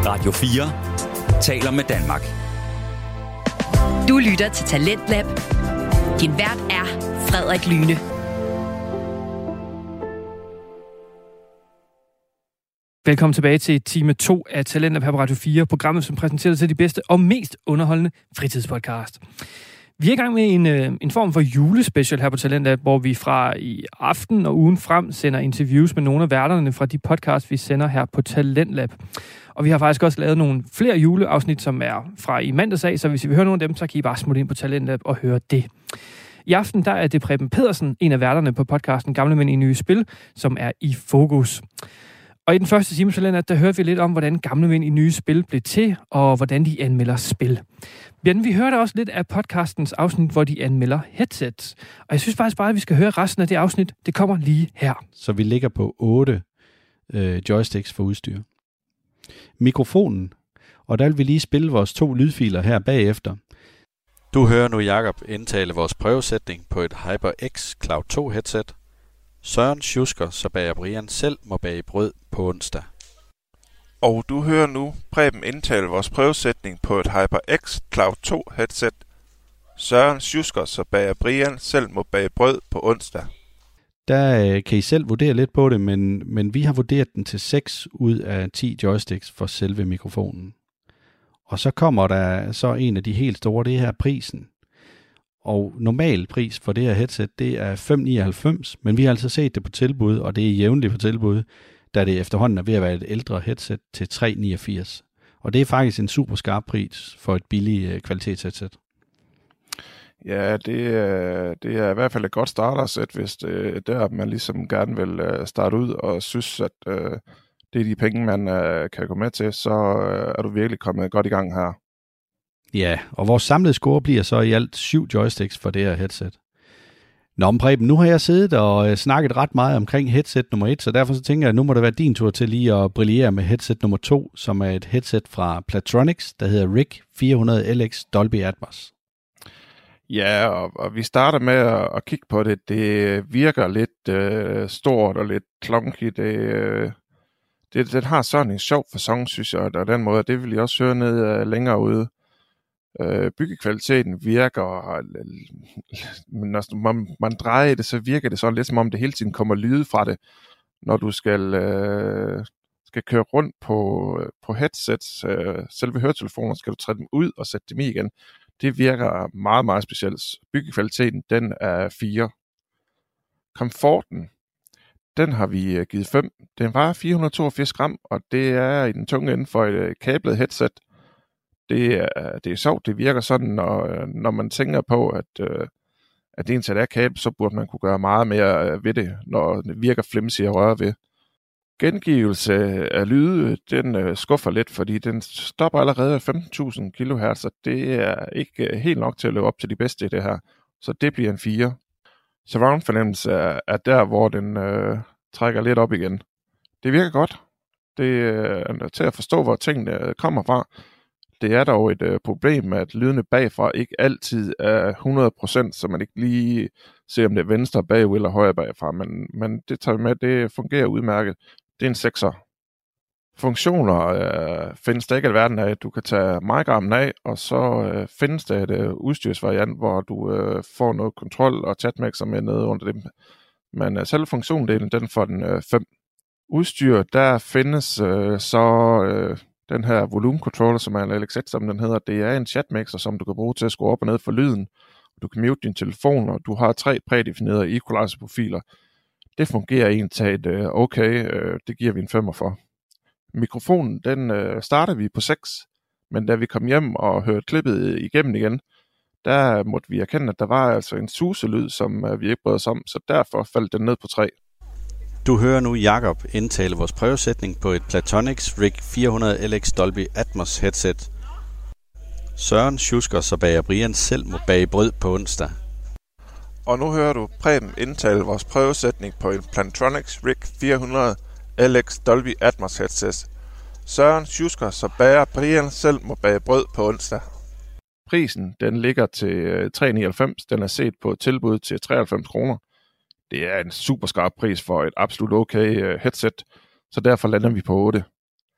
Radio 4 taler med Danmark. Du lytter til Talentlab. Din vært er Frederik Lyne. Velkommen tilbage til time 2 af Talentlab her på Radio 4, programmet, som præsenterer til de bedste og mest underholdende fritidspodcast. Vi er i gang med en form for julespecial her på Talentlab, hvor vi fra i aften og ugen frem sender interviews med nogle af værterne fra de podcasts, vi sender her på Talentlab. Og vi har faktisk også lavet nogle flere juleafsnit, som er fra i mandags af, så hvis I vil høre nogle af dem, så kan I bare smutte ind på Talentlab og høre det. I aften der er det Preben Pedersen, en af værterne på podcasten Gamle Mænd i Nye Spil, som er i fokus. Og i den første time, der hørte vi lidt om, hvordan Gamle Mænd i Nye Spil blev til, og hvordan de anmelder spil. Men vi hørte også lidt af podcastens afsnit, hvor de anmelder headsets. Og jeg synes faktisk bare, at vi skal høre resten af det afsnit. Det kommer lige her. Så vi ligger på 8 joysticks for udstyr. Mikrofonen, og der vil vi lige spille vores 2 lydfiler her bagefter. Du hører nu Jakob indtale vores prøvesætning på et HyperX Cloud 2 headset. Søren sjusker, så bager Brian selv må bage brød på onsdag. Og du hører nu Preben indtale vores prøvesætning på et HyperX Cloud 2 headset. Søren sjusker, så bager Brian selv må bage brød på onsdag. Der kan I selv vurdere lidt på det, men vi har vurderet den til 6 ud af 10 joysticks for selve mikrofonen. Og så kommer der så en af de helt store, det her prisen. Og normal pris for det her headset, det er 5,99, men vi har altså set det på tilbud, og det er jævnligt på tilbud, da det efterhånden er ved at være et ældre headset til 3,89. Og det er faktisk en super skarp pris for et billigt kvalitetsheadset. Ja, det er i hvert fald et godt startersæt, hvis det er der, man ligesom gerne vil starte ud og synes, at det er de penge, man kan gå med til, så er du virkelig kommet godt i gang her. Ja, og vores samlede score bliver så i alt 7 joysticks for det her headset. Nå, men Preben, nu har jeg siddet og snakket ret meget omkring headset nummer 1, så derfor så tænker jeg, at nu må det være din tur til lige at brillere med headset nummer 2, som er et headset fra Plantronics, der hedder RIG 400LX Dolby Atmos. Ja, og vi starter med at kigge på det. Det virker lidt stort og lidt clunky. Den har sådan en sjov facon, synes jeg, og den måde, det vil jeg også høre ned længere ude. Byggekvaliteten virker, men når man drejer det, så virker det sådan lidt som om det hele tiden kommer lyde fra det, når du skal køre rundt på headsets, selve høretelefoner, skal du træde dem ud og sætte dem i igen. Det virker meget, meget specielt. Byggekvaliteten, den er 4. Komforten, den har vi givet 5. Den var 482 gram, og det er i den tunge ende for et kablet headset. Det er sjovt, det virker sådan, når man tænker på, at det egentlig er kabel, så burde man kunne gøre meget mere ved det, når det virker flimsy at røre ved. Gengivelse af lyde, den skuffer lidt, fordi den stopper allerede af 15.000 kHz, så det er ikke helt nok til at løbe op til de bedste i det her. Så det bliver en 4. Surround-fornemmelse er der, hvor den trækker lidt op igen. Det virker godt. Det er til at forstå, hvor tingene kommer fra. Det er dog et problem, at lydene bagfra ikke altid er 100%, så man ikke lige ser, om det er venstre bagud eller højre bagfra. Men det tager vi med, det fungerer udmærket. Det er en 6'er. Funktioner findes der ikke i verden af. Du kan tage mic-armen af, og så findes der et udstyrsvariant, hvor du får noget kontrol og chatmixer med nede under dem. Men selve funktiondelen, den får den 5. Udstyr, der findes den her volume controller, som er en LX1, som den hedder. Det er en chatmixer, som du kan bruge til at skrue op og ned for lyden. Du kan mute din telefon, og du har 3 prædefinerede equalizer-profiler. Det fungerer egentlig okay. Det giver vi en 5'er for. Mikrofonen, den starter vi på 6, men da vi kom hjem og hørte klippet igennem igen, der måtte vi erkende, at der var altså en suselyd, som vi ikke brød os om, så derfor faldt den ned på 3. Du hører nu Jakob indtale vores prøvesætning på et Plantronics RIG 400LX Dolby Atmos headset. Søren sjusker, så bager Brian selv må bage brød på onsdag. Og nu hører du Preben indtale vores prøvesætning på en Plantronics RIG 400LX Dolby Atmos headset. Søren sjusker, så bager Brian selv må bage brød på onsdag. Prisen, den ligger til 3,99. Den er set på tilbud til 93 kroner. Det er en super skarp pris for et absolut okay headset, så derfor lander vi på 8.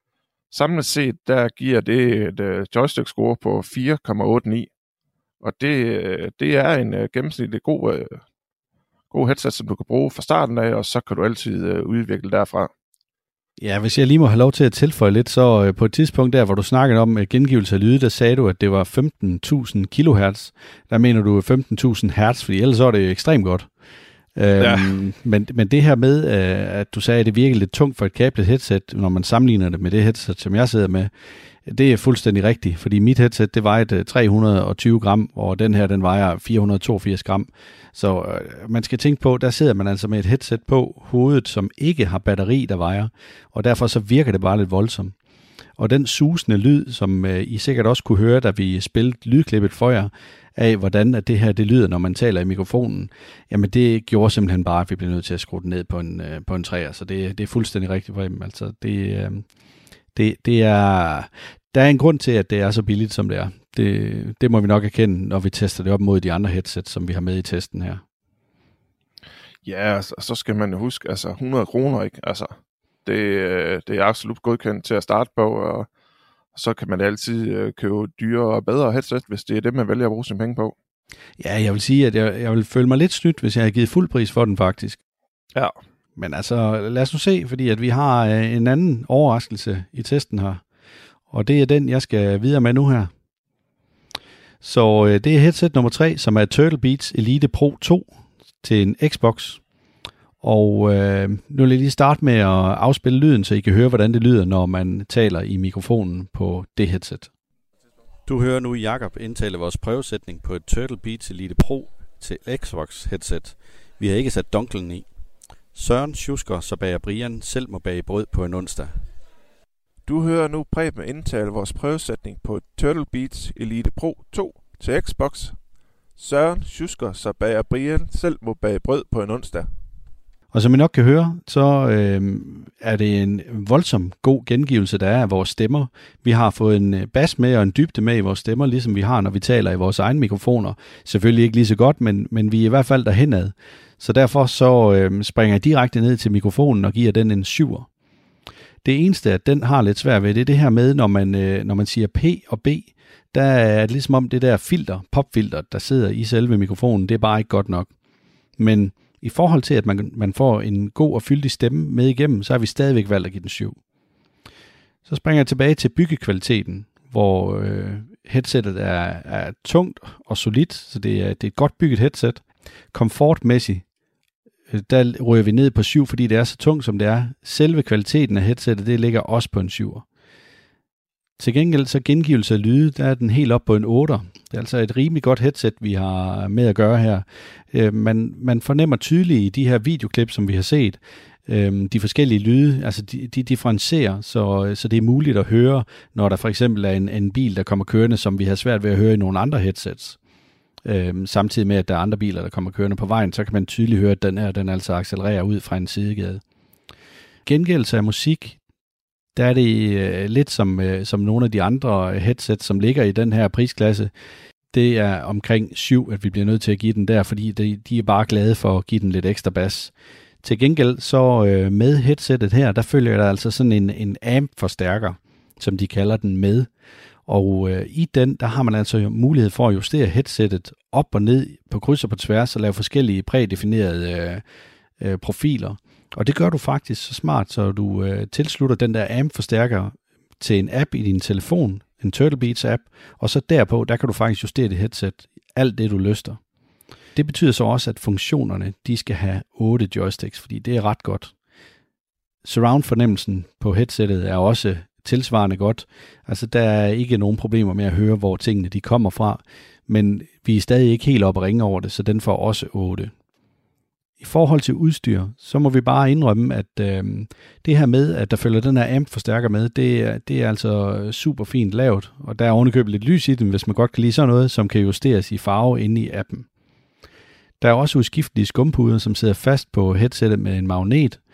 Samlet set, der giver det et joystick-score på 4,89. Og det er en gennemsnitlig god headset, som du kan bruge fra starten af, og så kan du altid udvikle derfra. Ja, hvis jeg lige må have lov til at tilføje lidt, så på et tidspunkt der, hvor du snakkede om gengivelse af lyde, der sagde du, at det var 15.000 kHz. Der mener du 15.000 hertz, fordi ellers så er det ekstremt godt. Ja. Men det her med, at du sagde, at det virker lidt tungt for et kablet headset, når man sammenligner det med det headset, som jeg sidder med, det er fuldstændig rigtigt, fordi mit headset, det vejer 320 gram, og den her, den vejer 482 gram. Så man skal tænke på, der sidder man altså med et headset på hovedet, som ikke har batteri, der vejer, og derfor så virker det bare lidt voldsomt. Og den susende lyd, som I sikkert også kunne høre, da vi spillede lydklippet for jer, af hvordan at det her det lyder, når man taler i mikrofonen, jamen det gjorde simpelthen bare, at vi blev nødt til at skrue den ned på en 3'er. Så det er fuldstændig rigtigt for dem. Altså det er... Der er en grund til, at det er så billigt, som det er. Det må vi nok erkende, når vi tester det op mod de andre headsets, som vi har med i testen her. Ja, altså, så skal man huske, altså 100 kroner, ikke? Altså, det er absolut godkendt til at starte på, og så kan man altid købe dyrere og bedre headset, hvis det er det, man vælger at bruge sine penge på. Ja, jeg vil sige, at jeg vil føle mig lidt snydt, hvis jeg havde givet fuld pris for den faktisk. Ja. Men altså, lad os nu se, fordi at vi har en anden overraskelse i testen her. Og det er den, jeg skal videre med nu her. Så det er headset nummer 3, som er Turtle Beach Elite Pro 2 til en Xbox. Og nu vil jeg lige starte med at afspille lyden, så I kan høre, hvordan det lyder, når man taler i mikrofonen på det headset. Du hører nu Jakob indtale vores prøvesætning på et Turtle Beach Elite Pro til Xbox headset. Vi har ikke sat donklen i. Søren sjusker, så bager Brian selv må bage brød på en onsdag. Du hører nu Preben indtale vores prøvesætning på et Turtle Beach Elite Pro 2 til Xbox. Søren sjusker, så bager Brian selv må bage brød på en onsdag. Og som I nok kan høre, så er det en voldsom god gengivelse, der er af vores stemmer. Vi har fået en bas med og en dybde med i vores stemmer, ligesom vi har, når vi taler i vores egne mikrofoner. Selvfølgelig ikke lige så godt, men vi er i hvert fald derhenad. Så derfor så springer jeg direkte ned til mikrofonen og giver den en 7'er. Det eneste, at den har lidt svært ved, det er det her med, når man siger P og B, der er det ligesom om det der filter, popfilter, der sidder i selve mikrofonen, det er bare ikke godt nok. Men i forhold til, at man får en god og fyldig stemme med igennem, så har vi stadigvæk valgt at give den 7. Så springer jeg tilbage til byggekvaliteten, hvor headsettet er tungt og solidt, så det er et godt bygget headset. Komfortmæssigt, der ryger vi ned på 7, fordi det er så tungt, som det er. Selve kvaliteten af headsettet, det ligger også på en 7'er. Til gengæld så gengivelse af lyde, der er den helt op på en 8'er. Det er altså et rimelig godt headset, vi har med at gøre her. Man fornemmer tydeligt i de her videoklip, som vi har set, de forskellige lyde, altså de differentierer, så det er muligt at høre, når der for eksempel er en bil, der kommer kørende, som vi har svært ved at høre i nogle andre headsets. Samtidig med, at der er andre biler, der kommer kørende på vejen, så kan man tydeligt høre, at den altså accelererer ud fra en sidegade. Gengældelse af musik, der er det lidt som nogle af de andre headsets, som ligger i den her prisklasse. Det er omkring 7, at vi bliver nødt til at give den der, fordi de er bare glade for at give den lidt ekstra bas. Til gengæld så med headsettet her, der følger der altså sådan en amp-forstærker, som de kalder den med. Og i den, der har man altså mulighed for at justere headsettet op og ned på kryds og på tværs og lave forskellige prædefinerede profiler. Og det gør du faktisk så smart, så du tilslutter den der amp-forstærker til en app i din telefon, en Turtle Beach app, og så derpå, der kan du faktisk justere det headset, alt det du lyster. Det betyder så også, at funktionerne, de skal have 8 joysticks, fordi det er ret godt. Surround-fornemmelsen på headsettet er også tilsvarende godt. Altså, der er ikke nogen problemer med at høre, hvor tingene de kommer fra, men vi er stadig ikke helt oppe at ringe over det, så den får også 8. I forhold til udstyr, så må vi bare indrømme, at det her med, at der følger den her amp-forstærker med, det er altså super fint lavet, og der er ovenikøbet lidt lys i den, hvis man godt kan lide sådan noget, som kan justeres i farve inde i appen. Der er også udskiftelige skumpuder, som sidder fast på headsettet med en magnet,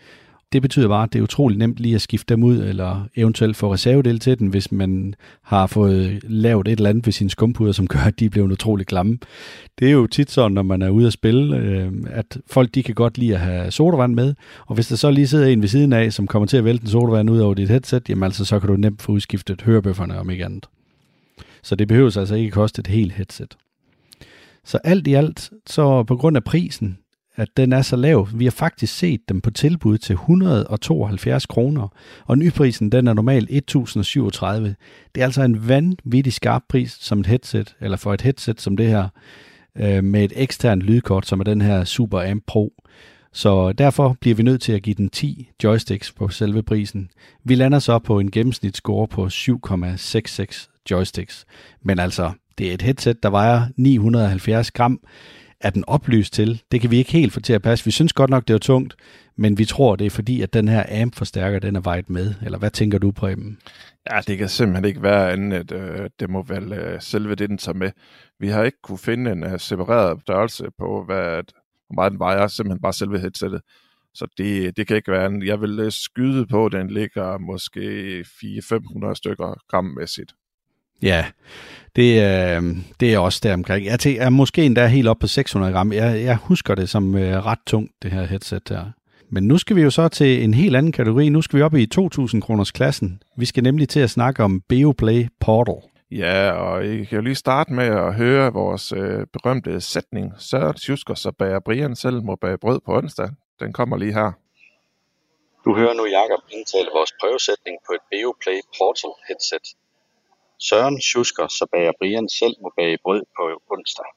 Det betyder bare, at det er utroligt nemt lige at skifte dem ud, eller eventuelt få reservedel til den, hvis man har fået lavet et eller andet ved sine skumpuder, som gør, at de bliver utroligt klamme. Det er jo tit sådan, når man er ude at spille, at folk de kan godt lide at have sodavand med, og hvis der så lige sidder en ved siden af, som kommer til at vælte en sodavand ud over dit headset, jamen altså, så kan du nemt få udskiftet hørebøfferne om ikke andet. Så det behøver altså ikke koste et helt headset. Så alt i alt, så på grund af prisen, at den er så lav, vi har faktisk set dem på tilbud til 172 kroner, og nyprisen den er normalt 1037. Det er altså en vanvittig skarp pris som et headset, eller for et headset som det her, med et eksternt lydkort, som er den her Super Amp Pro. Så derfor bliver vi nødt til at give den 10 joysticks på selve prisen. Vi lander så på en gennemsnitsscore på 7,66 joysticks. Men altså, det er et headset, der vejer 970 gram. Er den oplyst til? Det kan vi ikke helt få til at passe. Vi synes godt nok, det er tungt, men vi tror, det er fordi, at den her amp-forstærker, den er vejet med. Eller hvad tænker du, Preben? Ja, det kan simpelthen ikke være andet. Det må vel selve det, den tager med. Vi har ikke kunne finde en separeret størrelse på, hvor meget den vejer. Simpelthen bare selve headsettet. Så det kan ikke være andet. Jeg vil skyde på, at den ligger måske 400-500 stykker grammæssigt. Ja, det er også der omkring. Jeg er måske endda helt op på 600 gram. Jeg husker det som ret tungt, det her headset her. Men nu skal vi jo så til en helt anden kategori. Nu skal vi op i 2.000 kroners klassen. Vi skal nemlig til at snakke om Beoplay Portal. Ja, og I kan jo lige starte med at høre vores berømte sætning. Søren Sjusker, så bager Brian selv må bage brød på onsdag. Den kommer lige her. Du hører nu Jakob indtale vores prøvesætning på et Beoplay Portal headset. Søren Sjusker, så bager Brian selv må bage brød på onsdag.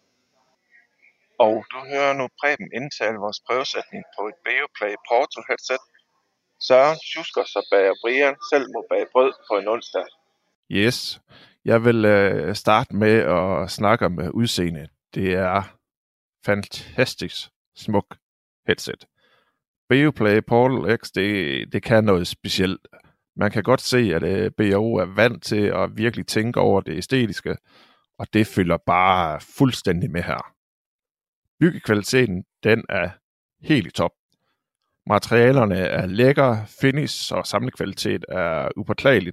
Og du hører nu Preben indtale vores prøvesætning på et Beoplay Portal headset. Søren Sjusker, så bager Brian selv må bage brød på en onsdag. Yes, jeg vil starte med at snakke om udseende. Det er fantastisk smuk headset. Beoplay Portal X, det kan noget specielt. Man kan godt se, at BO er vant til at virkelig tænke over det æstetiske, og det følger bare fuldstændig med her. Byggekvaliteten, den er helt i top. Materialerne er lækre, finish og samlekvalitet er upåklageligt.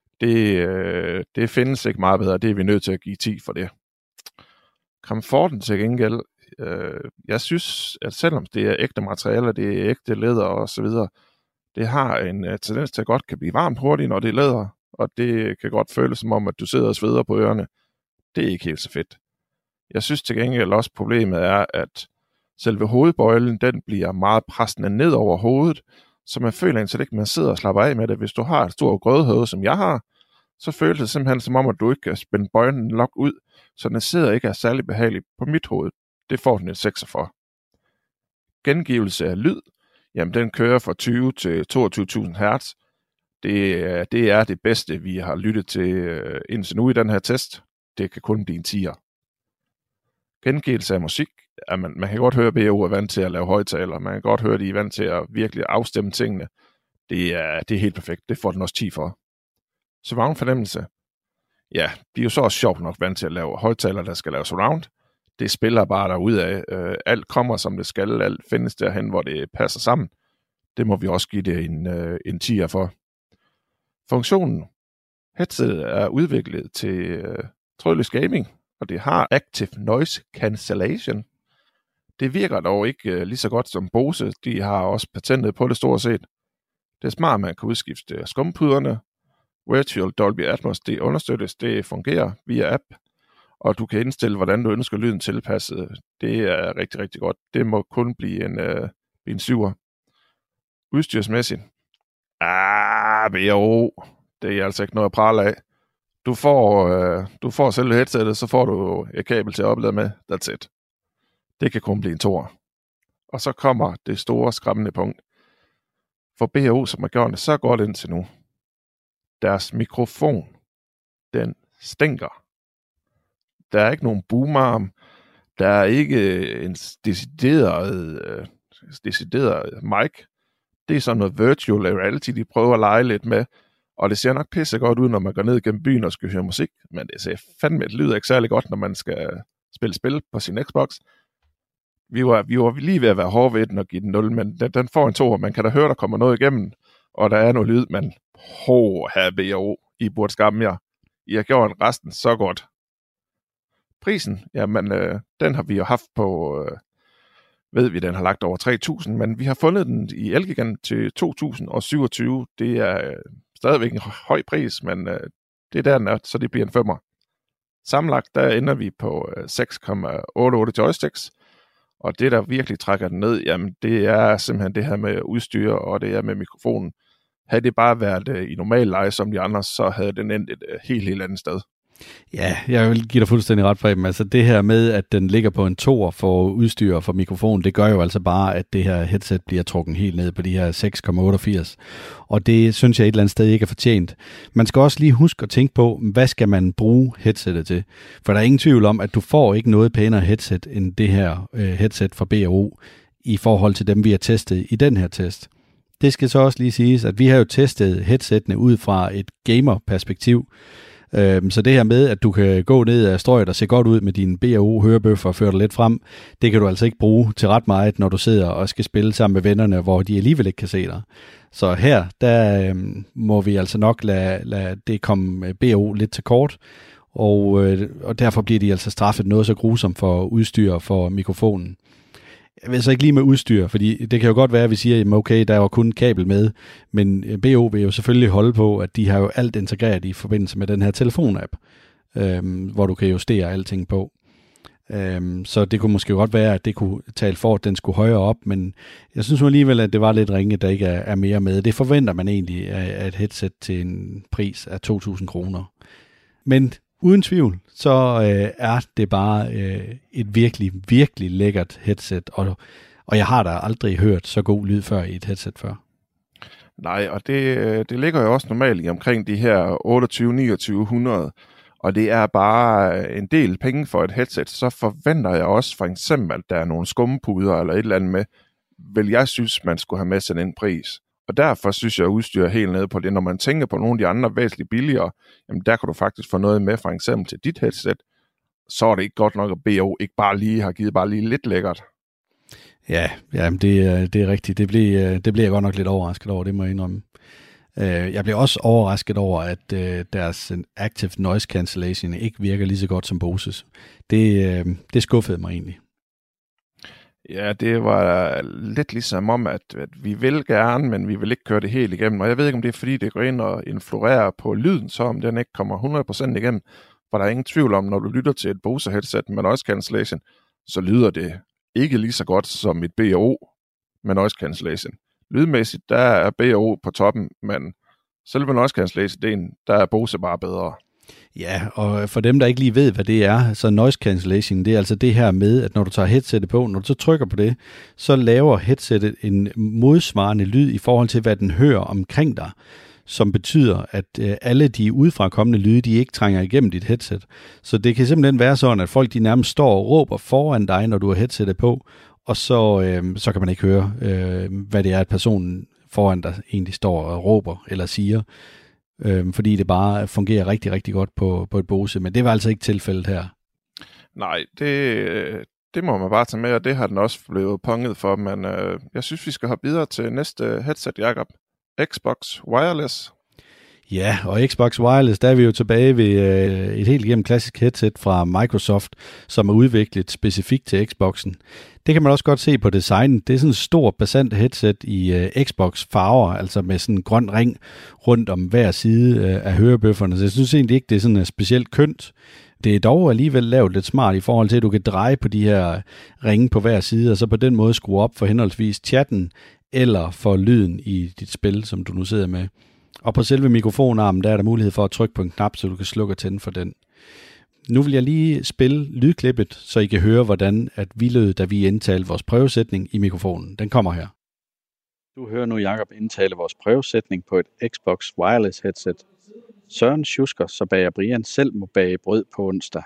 Det findes ikke meget bedre, det er vi nødt til at give 10 for det. Komforten til gengæld, jeg synes, at selvom det er ægte materialer, det er ægte læder og så videre, det har en tendens til at godt kan blive varmt hurtigt, når det er læder, og det kan godt føles som om, at du sidder og sveder på ørerne. Det er ikke helt så fedt. Jeg synes til gengæld også, problemet er, at selve hovedbøjlen, den bliver meget pressende ned over hovedet, så man føler indtil ikke, man sidder og slapper af med det. Hvis du har et stort grødhoved, som jeg har, så føles det simpelthen som om, at du ikke kan spænde bøjlen nok ud, så den sidder ikke er særlig behagelig på mit hoved. Det får den en 6'er for. Gengivelse af lyd, jamen den kører fra 20 til 22.000 Hz. Det er det bedste, vi har lyttet til indtil nu i den her test. Det kan kun blive en 10'er. Gengivelse af musik, man kan godt høre, at BO er vant til at lave højtaler. Man kan godt høre, at de er vant til at virkelig afstemme tingene. Det er helt perfekt. Det får den også 10 for. Surround fornemmelse. Ja, de er jo så også sjovt nok vant til at lave højtaler, der skal lave surround. Det spiller bare derudad. Alt kommer, som det skal. Alt findes derhen, hvor det passer sammen. Det må vi også give det en 10'er for. Funktionen. Headset er udviklet til trådløs gaming, og det har Active Noise Cancellation. Det virker dog ikke lige så godt som Bose. De har også patentet på det stort set. Det er smart, at man kan udskifte skumpuderne. Virtual Dolby Atmos, det understøttes. Det fungerer via app. Og du kan indstille, hvordan du ønsker lyden tilpasset. Det er rigtig, rigtig godt. Det må kun blive en 7'er. Udstyrsmæssigt. BO. Det er altså ikke noget at prale af. Du får selve headsettet, så får du et kabel til at oplade med. That's it. Det kan kun blive en 2'er. Og så kommer det store skræmmende punkt. For BO, som har gjort det så godt indtil nu. Deres mikrofon, den stinker. Der er ikke nogen boomarm. Der er ikke en decideret mic. Det er sådan noget virtual reality, de prøver at lege lidt med. Og det ser nok pisse godt ud, når man går ned gennem byen og skal høre musik. Men det ser fandme, det lyder ikke særlig godt, når man skal spille spil på sin Xbox. vi var lige ved at være hårde ved den og give den 0, men den får en 2, man kan da høre, der kommer noget igennem, og der er noget lyd, men her BO, I burde skamme jer. I har gjort resten så godt. Prisen, jamen, den har vi jo haft på, ved vi, den har lagt over 3.000, men vi har fundet den i Elgiganten til 2.027. Det er stadigvæk en høj pris, men det er der, den er, så det bliver en 5'er. Sammenlagt, der ender vi på 6,88 joysticks, og det, der virkelig trækker den ned, jamen, det er simpelthen det her med udstyr, og det er med mikrofonen. Havde det bare været i normal leje som de andre, så havde den endt et helt andet sted. Ja, jeg vil give dig fuldstændig ret, Preben. Altså det her med, at den ligger på en 2'er for udstyr og for mikrofon, det gør jo altså bare, at det her headset bliver trukket helt ned på de her 6,88. Og det synes jeg et eller andet sted ikke er fortjent. Man skal også lige huske at tænke på, hvad skal man bruge headsetet til? For der er ingen tvivl om, at du får ikke noget pænere headset end det her headset fra B&O i forhold til dem, vi har testet i den her test. Det skal så også lige siges, at vi har jo testet headsettene ud fra et gamer-perspektiv. Så det her med, at du kan gå ned ad strøget og se godt ud med dine B&O-hørebøffer og føre dig lidt frem, det kan du altså ikke bruge til ret meget, når du sidder og skal spille sammen med vennerne, hvor de alligevel ikke kan se dig. Så her, der må vi altså nok lade det komme B&O lidt til kort, og derfor bliver de altså straffet noget så grusomt for udstyr og for mikrofonen. Jeg ved så ikke lige med udstyr, fordi det kan jo godt være, at vi siger, at okay, der er jo kun kabel med, men B&O vil jo selvfølgelig holde på, at de har jo alt integreret i forbindelse med den her telefonapp, hvor du kan justere alting på. Så det kunne måske godt være, at det kunne tale for, at den skulle højere op, men jeg synes nu alligevel, at det var lidt ringe, der ikke er mere med. Det forventer man egentlig af et headset til en pris af 2.000 kroner. Men uden tvivl, så er det bare et virkelig, virkelig lækkert headset, og jeg har da aldrig hørt så god lyd før i et headset før. Nej, og det ligger jo også normalt i omkring de her 28-2900, og det er bare en del penge for et headset. Så forventer jeg også for eksempel, at der er nogle skumpuder eller et eller andet med, vel jeg synes, man skulle have med sådan en pris. Og derfor synes jeg, at udstyr er helt nede på det. Når man tænker på nogle af de andre væsentligt billigere, jamen der kan du faktisk få noget med, for eksempel til dit headset, så er det ikke godt nok, at B&O ikke bare lige har givet bare lige lidt lækkert. Ja, det er rigtigt. Det blev jeg godt nok lidt overrasket over, det må jeg indrømme. Jeg blev også overrasket over, at deres Active Noise Cancellation ikke virker lige så godt som Boses. Det skuffede mig egentlig. Ja, det var lidt ligesom om, at vi vil gerne, men vi vil ikke køre det helt igennem. Og jeg ved ikke, om det er, fordi det går ind og influerer på lyden, så om den ikke kommer 100% igennem. For der er ingen tvivl om, når du lytter til et Bose headset med noise cancellation, så lyder det ikke lige så godt som et B&O med noise cancellation. Lydmæssigt, der er B&O på toppen, men selve noise cancellation, der er Bose bare bedre. Ja, og for dem, der ikke lige ved, hvad det er, så noise cancellation, det er altså det her med, at når du tager headsetet på, når du så trykker på det, så laver headsetet en modsvarende lyd i forhold til, hvad den hører omkring dig, som betyder, at alle de udefrakommende lyde, de ikke trænger igennem dit headset. Så det kan simpelthen være sådan, at folk de nærmest står og råber foran dig, når du har headsetet på, og så kan man ikke høre, hvad det er, at personen foran dig egentlig står og råber eller siger, fordi det bare fungerer rigtig, rigtig godt på et Bose, men det var altså ikke tilfældet her. Nej, det må man bare tage med, og det har den også blevet punget for, men jeg synes, vi skal hoppe videre til næste headset, Jacob. Xbox Wireless. Ja, og Xbox Wireless, der er vi jo tilbage ved et helt igennem klassisk headset fra Microsoft, som er udviklet specifikt til Xboxen. Det kan man også godt se på designen. Det er sådan en stor basant headset i Xbox farver, altså med sådan en grøn ring rundt om hver side af hørebøfferne. Så jeg synes egentlig ikke, det er sådan specielt kønt. Det er dog alligevel lavet lidt smart i forhold til, at du kan dreje på de her ringe på hver side, og så på den måde skrue op for henholdsvis chatten eller for lyden i dit spil, som du nu sidder med. Og på selve mikrofonarmen, der er der mulighed for at trykke på en knap, så du kan slukke og tænde for den. Nu vil jeg lige spille lydklippet, så I kan høre, hvordan at vi lød, da vi indtalte vores prøvesætning i mikrofonen. Den kommer her. Du hører nu Jacob indtale vores prøvesætning på et Xbox Wireless headset. Søren sjusker, så bager Brian selv må bage brød på onsdag.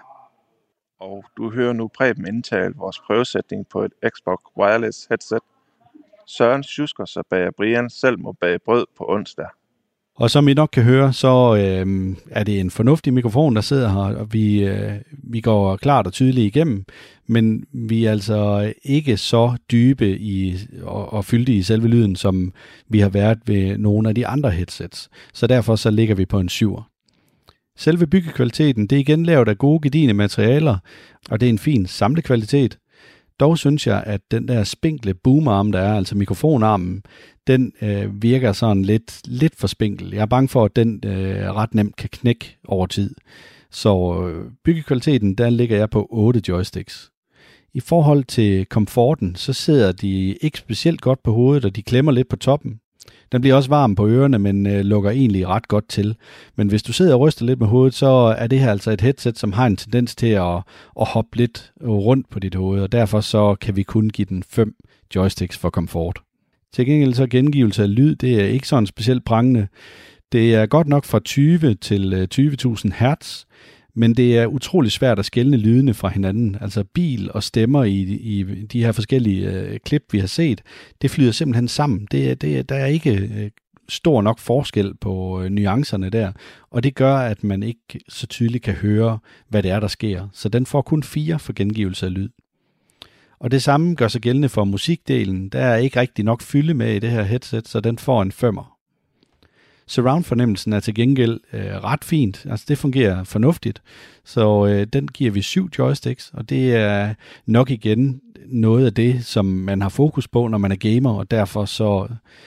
Og du hører nu Preben indtale vores prøvesætning på et Xbox Wireless headset. Søren sjusker, så bager Brian selv må bage brød på onsdag. Og som I nok kan høre, så er det en fornuftig mikrofon, der sidder her, og vi går klart og tydeligt igennem, men vi er altså ikke så dybe og fyldige i selve lyden, som vi har været ved nogle af de andre headsets. Så derfor så ligger vi på en 7'er. Selve byggekvaliteten, det er igen lavet af gode, gedigne materialer, og det er en fin samlekvalitet. Dog synes jeg, at den der spinkle boomarm, der er, altså mikrofonarmen, den virker sådan lidt for spinkel. Jeg er bange for, at den ret nemt kan knække over tid. Så byggekvaliteten, der ligger jeg på 8 joysticks. I forhold til komforten, så sidder de ikke specielt godt på hovedet, og de klemmer lidt på toppen. Den bliver også varm på ørerne, men lukker egentlig ret godt til. Men hvis du sidder og ryster lidt med hovedet, så er det her altså et headset, som har en tendens til at hoppe lidt rundt på dit hoved, og derfor så kan vi kun give den 5 joysticks for komfort. Til gengæld så gengivelse af lyd, det er ikke sådan specielt prangende. Det er godt nok fra 20 til 20.000 hertz, men det er utrolig svært at skelne lydene fra hinanden. Altså bil og stemmer i de her forskellige klip, vi har set, det flyder simpelthen sammen. Der er ikke stor nok forskel på nuancerne der, og det gør, at man ikke så tydeligt kan høre, hvad det er, der sker. Så den får kun 4 for gengivelse af lyd. Og det samme gør sig gældende for musikdelen. Der er ikke rigtig nok fylde med i det her headset, så den får en 5'er. Surround-fornemmelsen er til gengæld ret fint. Altså det fungerer fornuftigt. Så den giver vi 7 joysticks, og det er nok igen noget af det, som man har fokus på, når man er gamer, og derfor så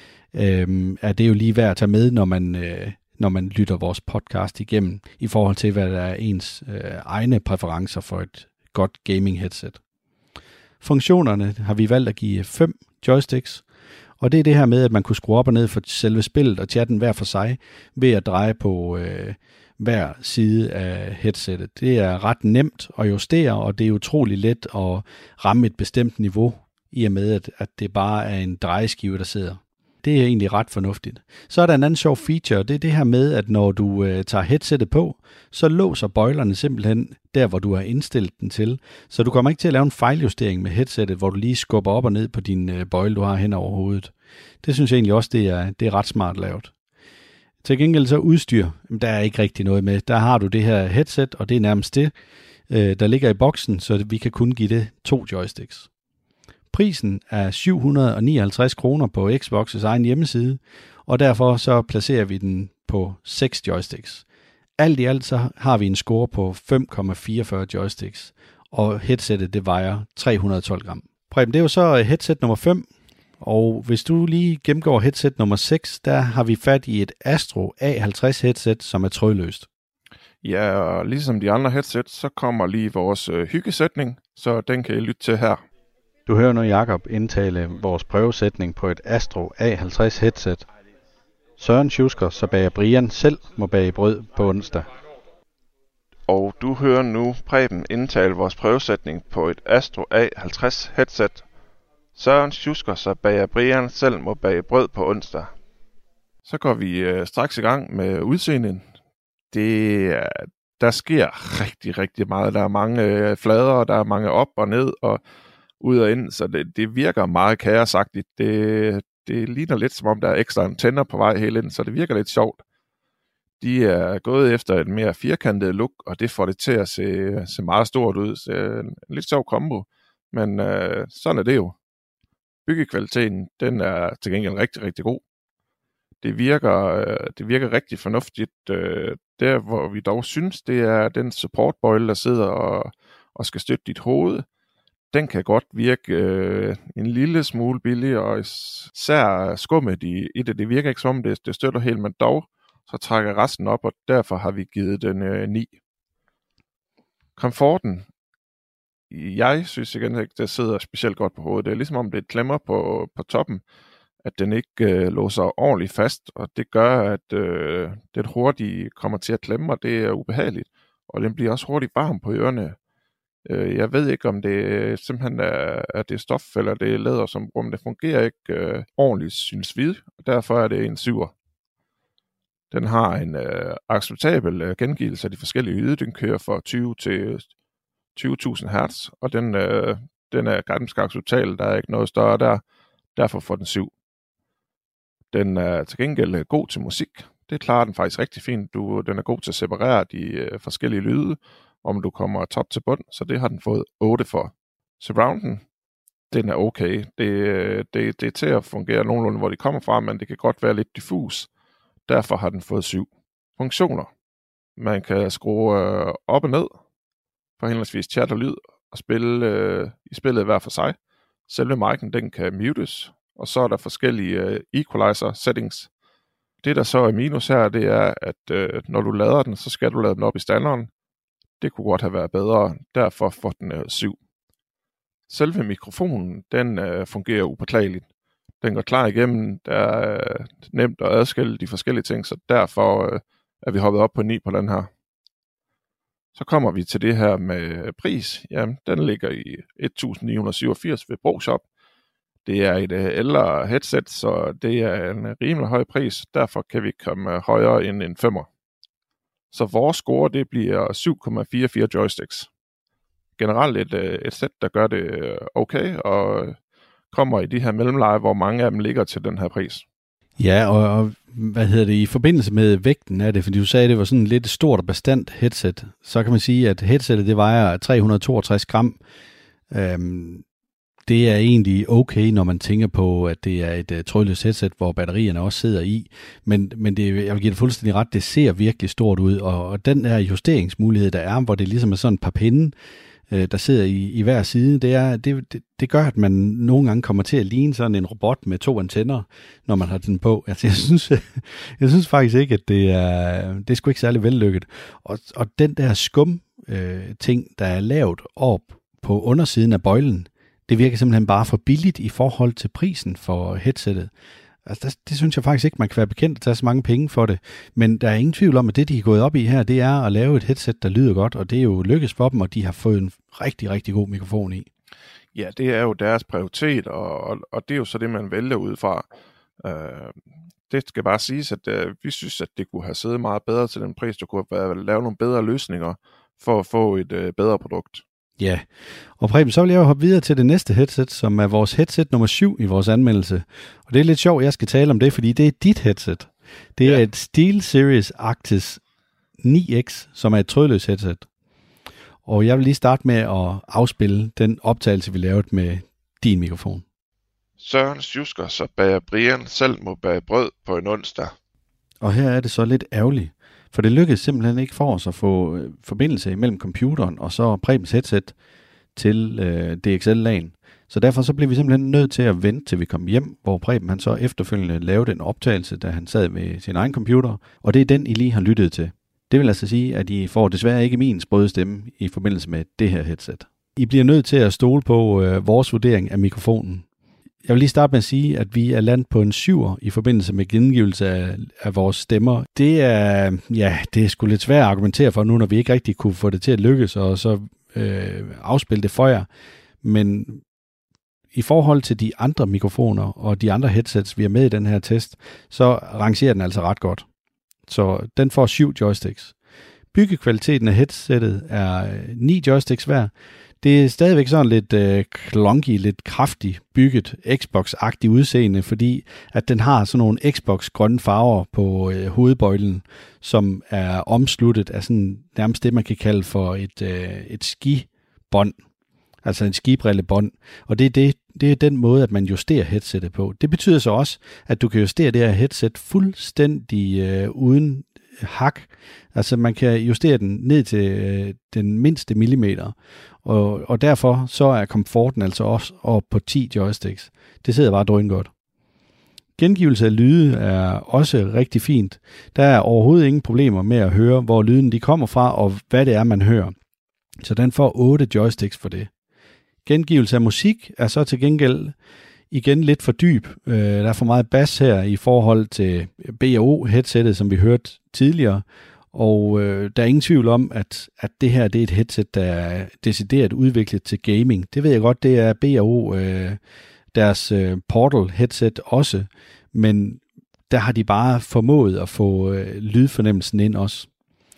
er det jo lige værd at tage med, når man lytter vores podcast igennem, i forhold til, hvad der er ens egne præferencer for et godt gaming-headset. Funktionerne har vi valgt at give 5 joysticks, og det er det her med, at man kunne skrue op og ned for selve spillet og chatten hver for sig, ved at dreje på hver side af headsettet. Det er ret nemt at justere, og det er utrolig let at ramme et bestemt niveau, i og med, at det bare er en drejeskive, der sidder. Det er egentlig ret fornuftigt. Så er der en anden sjov feature, det er det her med, at når du tager headsettet på, så låser bøjlerne simpelthen der, hvor du har indstillet den til. Så du kommer ikke til at lave en fejljustering med headsettet, hvor du lige skubber op og ned på din bøjle, du har hen over hovedet. Det synes jeg egentlig også, det er ret smart lavet. Til gengæld så udstyr, der er ikke rigtig noget med. Der har du det her headset, og det er nærmest det, der ligger i boksen, så vi kan kun give det 2 joysticks. Prisen er 759 kroner på Xbox's egen hjemmeside, og derfor så placerer vi den på 6 joysticks. Alt i alt så har vi en score på 5,44 joysticks, og headsettet det vejer 312 gram. Preben, det er jo så headset nummer 5, og hvis du lige gennemgår headset nummer 6, der har vi fat i et Astro A50 headset, som er trådløst. Ja, og ligesom de andre headsets, så kommer lige vores hyggesætning, så den kan I lytte til her. Du hører nu Jakob indtale vores prøvesætning på et Astro A50 headset. Søren sjusker, så bager Brian selv må bage brød på onsdag. Og du hører nu Preben indtale vores prøvesætning på et Astro A50 headset. Søren sjusker, så bager Brian selv må bage brød på onsdag. Så går vi straks i gang med udseendet. Der sker rigtig, rigtig meget. Der er mange flader, der er mange op og ned og ud og ind, så det virker meget kaosagtigt. Det ligner lidt, som om der er ekstra antenner på vej hele ind, så det virker lidt sjovt. De er gået efter et mere firkantet look, og det får det til at se meget stort ud. Så en lidt sjov kombo, men sådan er det jo. Byggekvaliteten, den er til gengæld rigtig, rigtig god. Det virker rigtig fornuftigt. Der, hvor vi dog synes, det er den supportbøjle, der sidder og skal støtte dit hoved. Den kan godt virke en lille smule billig, og især skummet i det. Det virker ikke som det støtter helt, men dog så trækker resten op, og derfor har vi givet den 9. Komforten. Jeg synes igen ikke, det sidder specielt godt på hovedet. Det er ligesom om det klemmer på toppen, at den ikke låser ordentligt fast, og det gør, at det hurtigt kommer til at klemme, og det er ubehageligt. Og den bliver også hurtigt varm på ørerne. Jeg ved ikke, om det simpelthen er det stof, eller det er læder, som bruger, men det fungerer ikke ordentligt, synes vi, og derfor er det en 7'er. Den har en acceptabel gengivelse af de forskellige lyde. Den kører fra 20 til 20.000 hertz, og den er ganske acceptabel. Der er ikke noget større der. Derfor får den 7. Den er til gengæld god til musik. Det klarer den faktisk rigtig fint. Den er god til at separere de forskellige lyde, om du kommer top til bund, så det har den fået 8 for. Surrounden, den er okay. Det er til at fungere nogenlunde, hvor de kommer fra, men det kan godt være lidt diffus. Derfor har den fået 7. Funktioner. Man kan skrue op og ned for henholdsvis chat og lyd, og spille i spillet hver for sig. Selve mic'en, den kan mutes, og så er der forskellige equalizer settings. Det, der så er minus her, det er, at når du lader den, så skal du lade den op i standeren. Det kunne godt have været bedre, derfor får den 7. Selve mikrofonen, den fungerer upåklageligt. Den går klar igennem, der er nemt at adskille de forskellige ting, så derfor er vi hoppet op på 9 på den her. Så kommer vi til det her med pris. Jamen, den ligger i 1.987 ved Broshop. Det er et ældre headset, så det er en rimelig høj pris. Derfor kan vi komme højere end en 5'er. Så vores score, det bliver 7,44 joysticks. Generelt et sæt, der gør det okay, og kommer i de her mellemleje, hvor mange af dem ligger til den her pris. Ja, og i forbindelse med vægten af det, fordi du sagde, at det var sådan lidt stort og bestandt headset, så kan man sige, at headsetet det vejer 362 gram. Det er egentlig okay, når man tænker på, at det er et trådløst headset, hvor batterierne også sidder i. Men jeg vil give det fuldstændig ret, det ser virkelig stort ud. Og den her justeringsmulighed, der er, hvor det ligesom er sådan et par pinde, der sidder i hver side, det gør, at man nogle gange kommer til at ligne sådan en robot med 2 antenner, når man har den på. Altså, jeg synes faktisk ikke, at det er sgu ikke særlig vellykket. Og den der skum ting, der er lavet op på undersiden af bøjlen, det virker simpelthen bare for billigt i forhold til prisen for headsettet. Altså, det synes jeg faktisk ikke, man kan være bekendt at tage så mange penge for det. Men der er ingen tvivl om, at det, de er gået op i her, det er at lave et headset, der lyder godt, og det er jo lykkes for dem, og de har fået en rigtig, rigtig god mikrofon i. Ja, det er jo deres prioritet, og det er jo så det, man vælger ud fra. Det skal bare siges, at vi synes, at det kunne have siddet meget bedre til den pris. Du kunne have lavet nogle bedre løsninger for at få et bedre produkt. Ja, og Preben, så vil jeg jo hoppe videre til det næste headset, som er vores headset nummer 7 i vores anmeldelse. Og det er lidt sjovt, jeg skal tale om det, fordi det er dit headset. Det er et SteelSeries Arctis 9X, som er et trådløst headset. Og jeg vil lige starte med at afspille den optagelse, vi lavede med din mikrofon. Søren sjusker, så bager Brian selv må bage brød på en onsdag. Og her er det så lidt ærgerligt, for det lykkedes simpelthen ikke for os at få forbindelse imellem computeren og så Prebens headset til DXL-lagen. Så derfor så blev vi simpelthen nødt til at vente, til vi kom hjem, hvor Preben han så efterfølgende lavede en optagelse, da han sad med sin egen computer, og det er den, I lige har lyttet til. Det vil altså sige, at I får desværre ikke min sprøde stemme i forbindelse med det her headset. I bliver nødt til at stole på vores vurdering af mikrofonen. Jeg vil lige starte med at sige, at vi er landet på en 7'er i forbindelse med gengivelse af vores stemmer. Det er sgu lidt svært at argumentere for nu, når vi ikke rigtig kunne få det til at lykkes, og så afspille det for jer. Men i forhold til de andre mikrofoner og de andre headsets, vi har med i den her test, så rangerer den altså ret godt. Så den får 7 joysticks. Byggekvaliteten af headsettet er 9 joysticks hver. Det er stadigvæk sådan lidt clunky, lidt kraftigt bygget Xbox-agtigt udseende, fordi at den har sådan nogle Xbox-grønne farver på hovedbøjlen, som er omsluttet af sådan nærmest det, man kan kalde for et skibånd. Altså en skibrillebånd. Og det er den måde, at man justerer headsettet på. Det betyder så også, at du kan justere det her headset fuldstændig uden hak. Altså man kan justere den ned til den mindste millimeter. Og derfor så er komforten altså også op på 10 joysticks. Det sidder bare drøn godt. Gengivelse af lyde er også rigtig fint. Der er overhovedet ingen problemer med at høre, hvor lyden de kommer fra, og hvad det er, man hører. Så den får 8 joysticks for det. Gengivelse af musik er så til gengæld igen lidt for dyb. Der er for meget bass her i forhold til B&O-headsettet, som vi hørte tidligere. Og der er ingen tvivl om, at det her det er et headset, der er decideret udviklet til gaming. Det ved jeg godt, det er B&O, deres Portal headset også. Men der har de bare formået at få lydfornemmelsen ind også.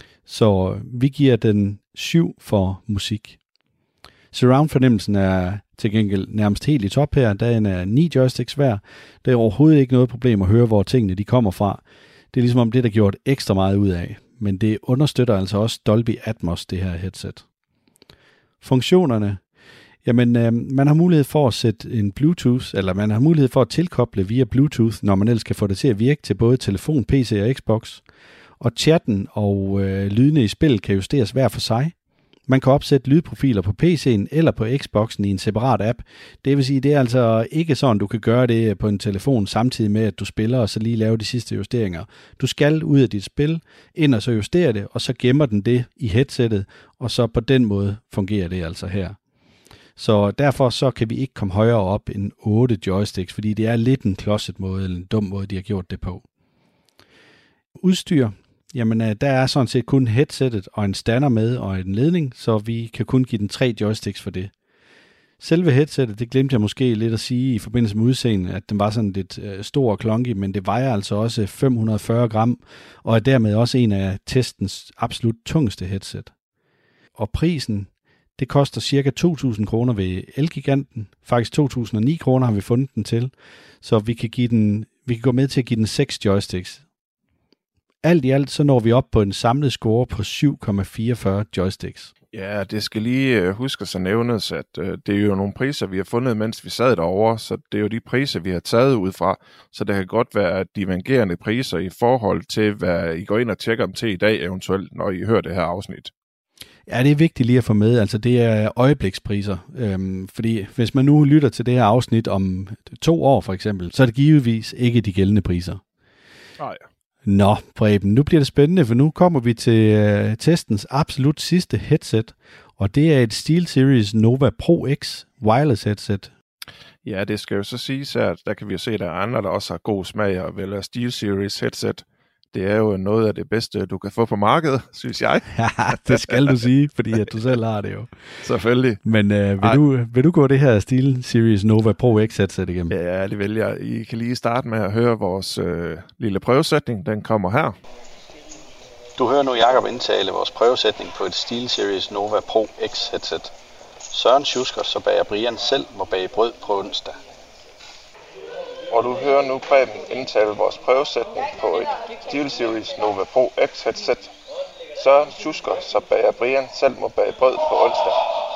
Så vi giver den 7 for musik. Surround-fornemmelsen er til gengæld nærmest helt i top her. Den er 9 joysticks hver. Der er overhovedet ikke noget problem at høre, hvor tingene de kommer fra. Det er ligesom om det, der gjort ekstra meget ud af. Men det understøtter altså også Dolby Atmos, det her headset. Funktionerne. Jamen, man har mulighed for at sætte en Bluetooth, eller man har mulighed for at tilkoble via Bluetooth, når man ellers kan få det til at virke til både telefon, PC og Xbox. Og chatten og lydene i spillet kan justeres hver for sig. Man kan opsætte lydprofiler på PC'en eller på Xboxen i en separat app. Det vil sige, det er altså ikke sådan, du kan gøre det på en telefon samtidig med, at du spiller og så lige lave de sidste justeringer. Du skal ud af dit spil, ind og så justere det, og så gemmer den det i headsettet, og så på den måde fungerer det altså her. Så derfor så kan vi ikke komme højere op end 8 joysticks, fordi det er lidt en klodset måde, eller en dum måde, de har gjort det på. Udstyr. Jamen, der er sådan set kun headsettet og en stander med og en ledning, så vi kan kun give den 3 joysticks for det. Selve headsettet, det glemte jeg måske lidt at sige i forbindelse med udseendet, at den var sådan lidt stor og klonky, men det vejer altså også 540 gram, og er dermed også en af testens absolut tungeste headset. Og prisen, det koster ca. 2.000 kroner ved Elgiganten. Faktisk 2.009 kroner har vi fundet den til, så vi kan gå med til at give den 6 joysticks. Alt i alt så når vi op på en samlet score på 7,44 joysticks. Ja, det skal lige huskes at nævnes, at det er jo nogle priser, vi har fundet, mens vi sad derovre, så det er jo de priser, vi har taget ud fra, så det kan godt være divergerende priser i forhold til, hvad I går ind og tjekker dem til i dag, eventuelt, når I hører det her afsnit. Ja, det er vigtigt lige at få med, altså det er øjeblikspriser, fordi hvis man nu lytter til det her afsnit om 2 år for eksempel, så er det givetvis ikke de gældende priser. Nej. Nå, Preben, nu bliver det spændende, for nu kommer vi til testens absolut sidste headset, og det er et SteelSeries Nova Pro X wireless headset. Ja, det skal jo så siges, at der kan vi jo se, at der er andre, der også har god smag og vælger SteelSeries headset. Det er jo noget af det bedste, du kan få på markedet, synes jeg. Ja, det skal du sige, fordi at du selv har det jo. Selvfølgelig. Men vil du gå det her SteelSeries Nova Pro X headset igennem? Ja, det vil jeg. I kan lige starte med at høre vores lille prøvesætning. Den kommer her. Du hører nu Jakob indtale vores prøvesætning på et SteelSeries Nova Pro X headset. Søren Schusker, så bager Brian selv må bage brød på onsdag. Og du hører nu Preben indtale vores prøvesætning på et SteelSeries Nova Pro X headset. Søren Schusker, så bager Brian selv må bage brød på onsdag.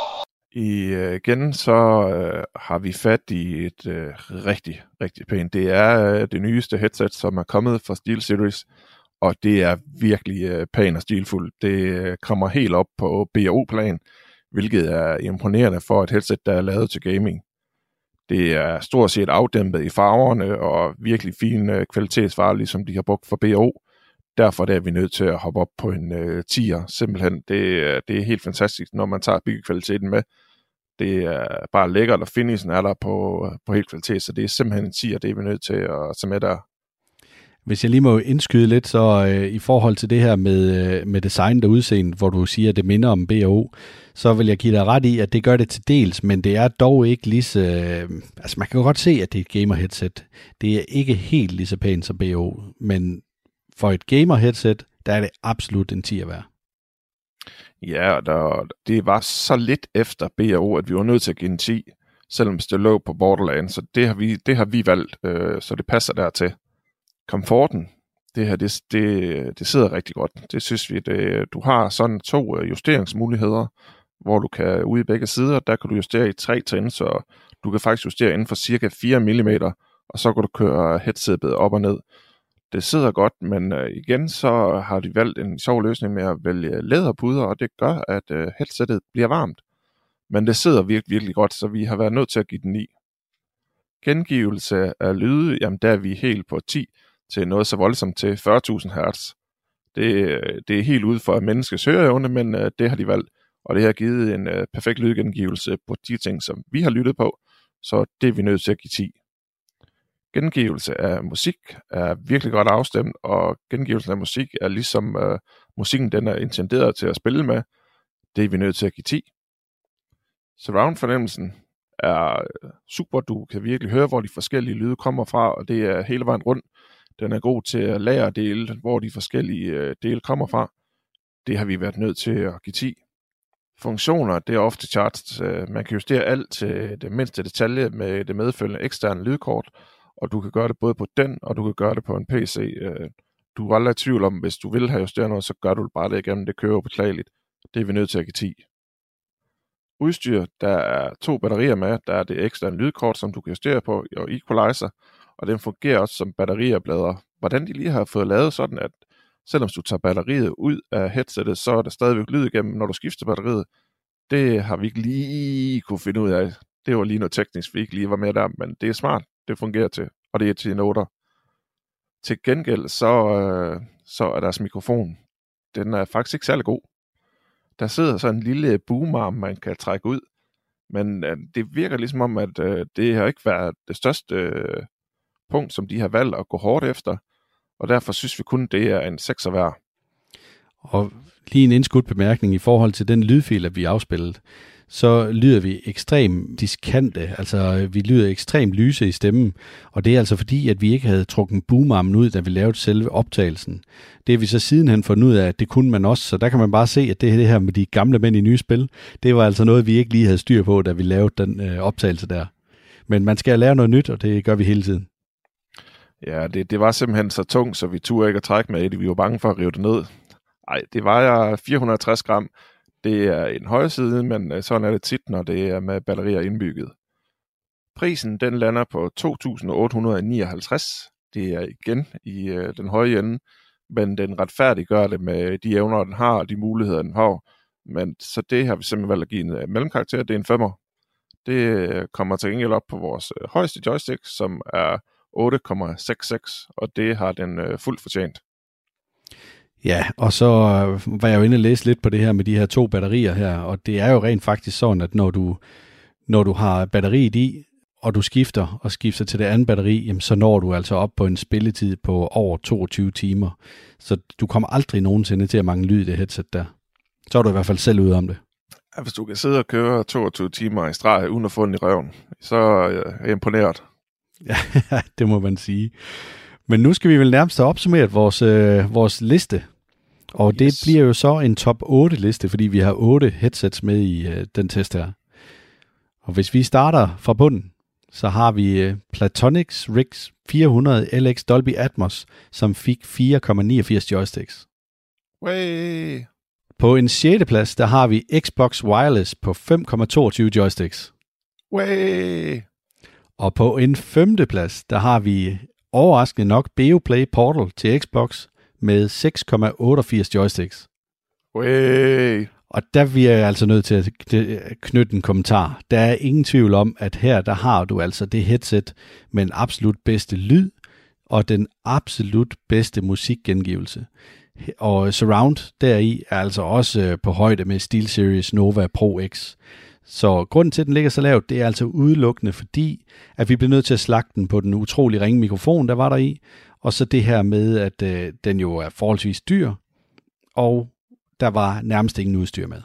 Igen så har vi fat i et rigtig, rigtig pænt. Det er det nyeste headset, som er kommet fra SteelSeries, og det er virkelig pænt og stilfuldt. Det kommer helt op på BAO-plan, hvilket er imponerende for et headset, der er lavet til gaming. Det er stort set afdæmpet i farverne og virkelig fine kvalitetsvarer, ligesom de har brugt for BAO. Derfor er vi nødt til at hoppe op på en 10'er. Simpelthen, det er helt fantastisk, når man tager byggekvaliteten med. Det er bare lækkert, og finishen er der på helt kvalitet, så det er simpelthen en 10'er, det er vi nødt til at tage med der. Hvis jeg lige må indskyde lidt, så i forhold til det her med design og udseende, hvor du siger, at det minder om BAO, så vil jeg give dig ret i, at det gør det til dels, men det er dog ikke lige så... altså man kan jo godt se, at det er et gamer-headset. Det er ikke helt lige så pænt som BAO, men for et gamer-headset, der er det absolut en 10'er værd. Ja, det var så lidt efter BAO, at vi var nødt til at give en 10, selvom det lå på Borderlands, så det har vi valgt, så det passer dertil. Komforten, det her, det sidder rigtig godt. Det synes vi, du har sådan 2 justeringsmuligheder, hvor du kan ude i begge sider, der kan du justere i 3 trin, så du kan faktisk justere inden for cirka 4 mm, og så kan du køre headsetet op og ned. Det sidder godt, men igen så har de valgt en sjov løsning med at vælge læderpuder, og det gør, at headsetet bliver varmt. Men det sidder virkelig, virkelig godt, så vi har været nødt til at give den 9. Gengivelse af lyde, jamen der er vi helt på 10 til noget så voldsomt til 40.000 Hz. Det er helt ude for menneskets høreevne, men det har de valgt, og det har givet en perfekt lydgengivelse på de ting, som vi har lyttet på, så det er vi nødt til at give 10. Gengivelse af musik er virkelig godt afstemt, og gengivelsen af musik er ligesom musikken, den er intenderet til at spille med. Det er vi nødt til at give 10. Surround-fornemmelsen er super. Du kan virkelig høre, hvor de forskellige lyde kommer fra, og det er hele vejen rundt. Den er god til at lære at dele, hvor de forskellige dele kommer fra. Det har vi været nødt til at give 10. Funktioner, det er ofte charts. Man kan justere alt til det mindste detalje med det medfølgende eksterne lydkort, og du kan gøre det både på den, og du kan gøre det på en PC. du er aldrig i tvivl om, hvis du vil have justeret noget, så gør du bare det igennem. Det kører beklageligt. Det er vi nødt til at give 10. Udstyr, der er 2 batterier med. Der er det ekstra en lydkort, som du kan justere på, og equalizer, og den fungerer også som batteriopladere. Hvordan de lige har fået lavet sådan, at selvom du tager batteriet ud af headsettet, så er der stadigvæk lyd igennem, når du skifter batteriet. Det har vi ikke lige kunne finde ud af. Det var lige noget teknisk, vi ikke lige var med der, men det er smart. Det fungerer til, og det er til noter. Til gengæld, så er deres mikrofon, den er faktisk ikke særlig god. Der sidder så en lille boomarm, man kan trække ud, men det virker ligesom om, at det har ikke været det største punkt, som de har valgt at gå hårdt efter, og derfor synes vi kun, det er en 6'er værd. Og lige en indskudt bemærkning i forhold til den lydfil, at vi afspillede, så lyder vi ekstremt diskante, altså vi lyder ekstremt lyse i stemmen, og det er altså fordi, at vi ikke havde trukket boomarmen ud, da vi lavede selve optagelsen. Det har vi så sidenhen fundet ud af, at det kunne man også, så der kan man bare se, at det her med de gamle mænd i nye spil, det var altså noget, vi ikke lige havde styr på, da vi lavede den optagelse der. Men man skal lære noget nyt, og det gør vi hele tiden. Ja, det var simpelthen så tungt, så vi turde ikke at trække med det. Vi var bange for at rive det ned. Ej, det vejer 460 gram. Det er en højre side, men sådan er det tit, når det er med batterier indbygget. Prisen, den lander på 2.859. Det er igen i den høje ende, men den retfærdiggør det med de evner, den har, og de muligheder, den har. Men så det har vi simpelthen valgt at give en mellemkarakter. Det er en 5'er. Det kommer til gengæld op på vores højeste joystick, som er 8,66, og det har den fuldt fortjent. Ja, og så var jeg jo inde og læse lidt på det her med de her 2 batterier her, og det er jo rent faktisk sådan, at når du har batteriet i, og du skifter til det andet batteri, jamen, så når du altså op på en spilletid på over 22 timer. Så du kommer aldrig nogensinde til at mangle lyd i det headset der. Så er du i hvert fald selv ude om det. Ja, hvis du kan sidde og køre 22 timer i streg uden at få den i røven, så er jeg imponeret. Ja, det må man sige. Men nu skal vi vel nærmest have opsummeret vores liste. Og det bliver jo så en top 8 liste, fordi vi har 8 headsets med i den test her. Og hvis vi starter fra bunden, så har vi Platonix RIG 400 LX Dolby Atmos, som fik 4,89 joysticks. Way. På en 6. plads, der har vi Xbox Wireless på 5,22 joysticks. Way. Og på en 5. plads, der har vi overraskende nok Beoplay Portal til Xbox med 6,88 joysticks. Way. Og der bliver jeg altså nødt til at knytte en kommentar. Der er ingen tvivl om, at her der har du altså det headset med den absolut bedste lyd og den absolut bedste musikgengivelse. Og Surround deri er altså også på højde med SteelSeries Nova Pro X. Så grunden til, at den ligger så lavt, det er altså udelukkende fordi, at vi bliver nødt til at slagte den på den utrolig ringe mikrofon, der var der i. Og så det her med, at den jo er forholdsvis dyr, og der var nærmest ingen udstyr med.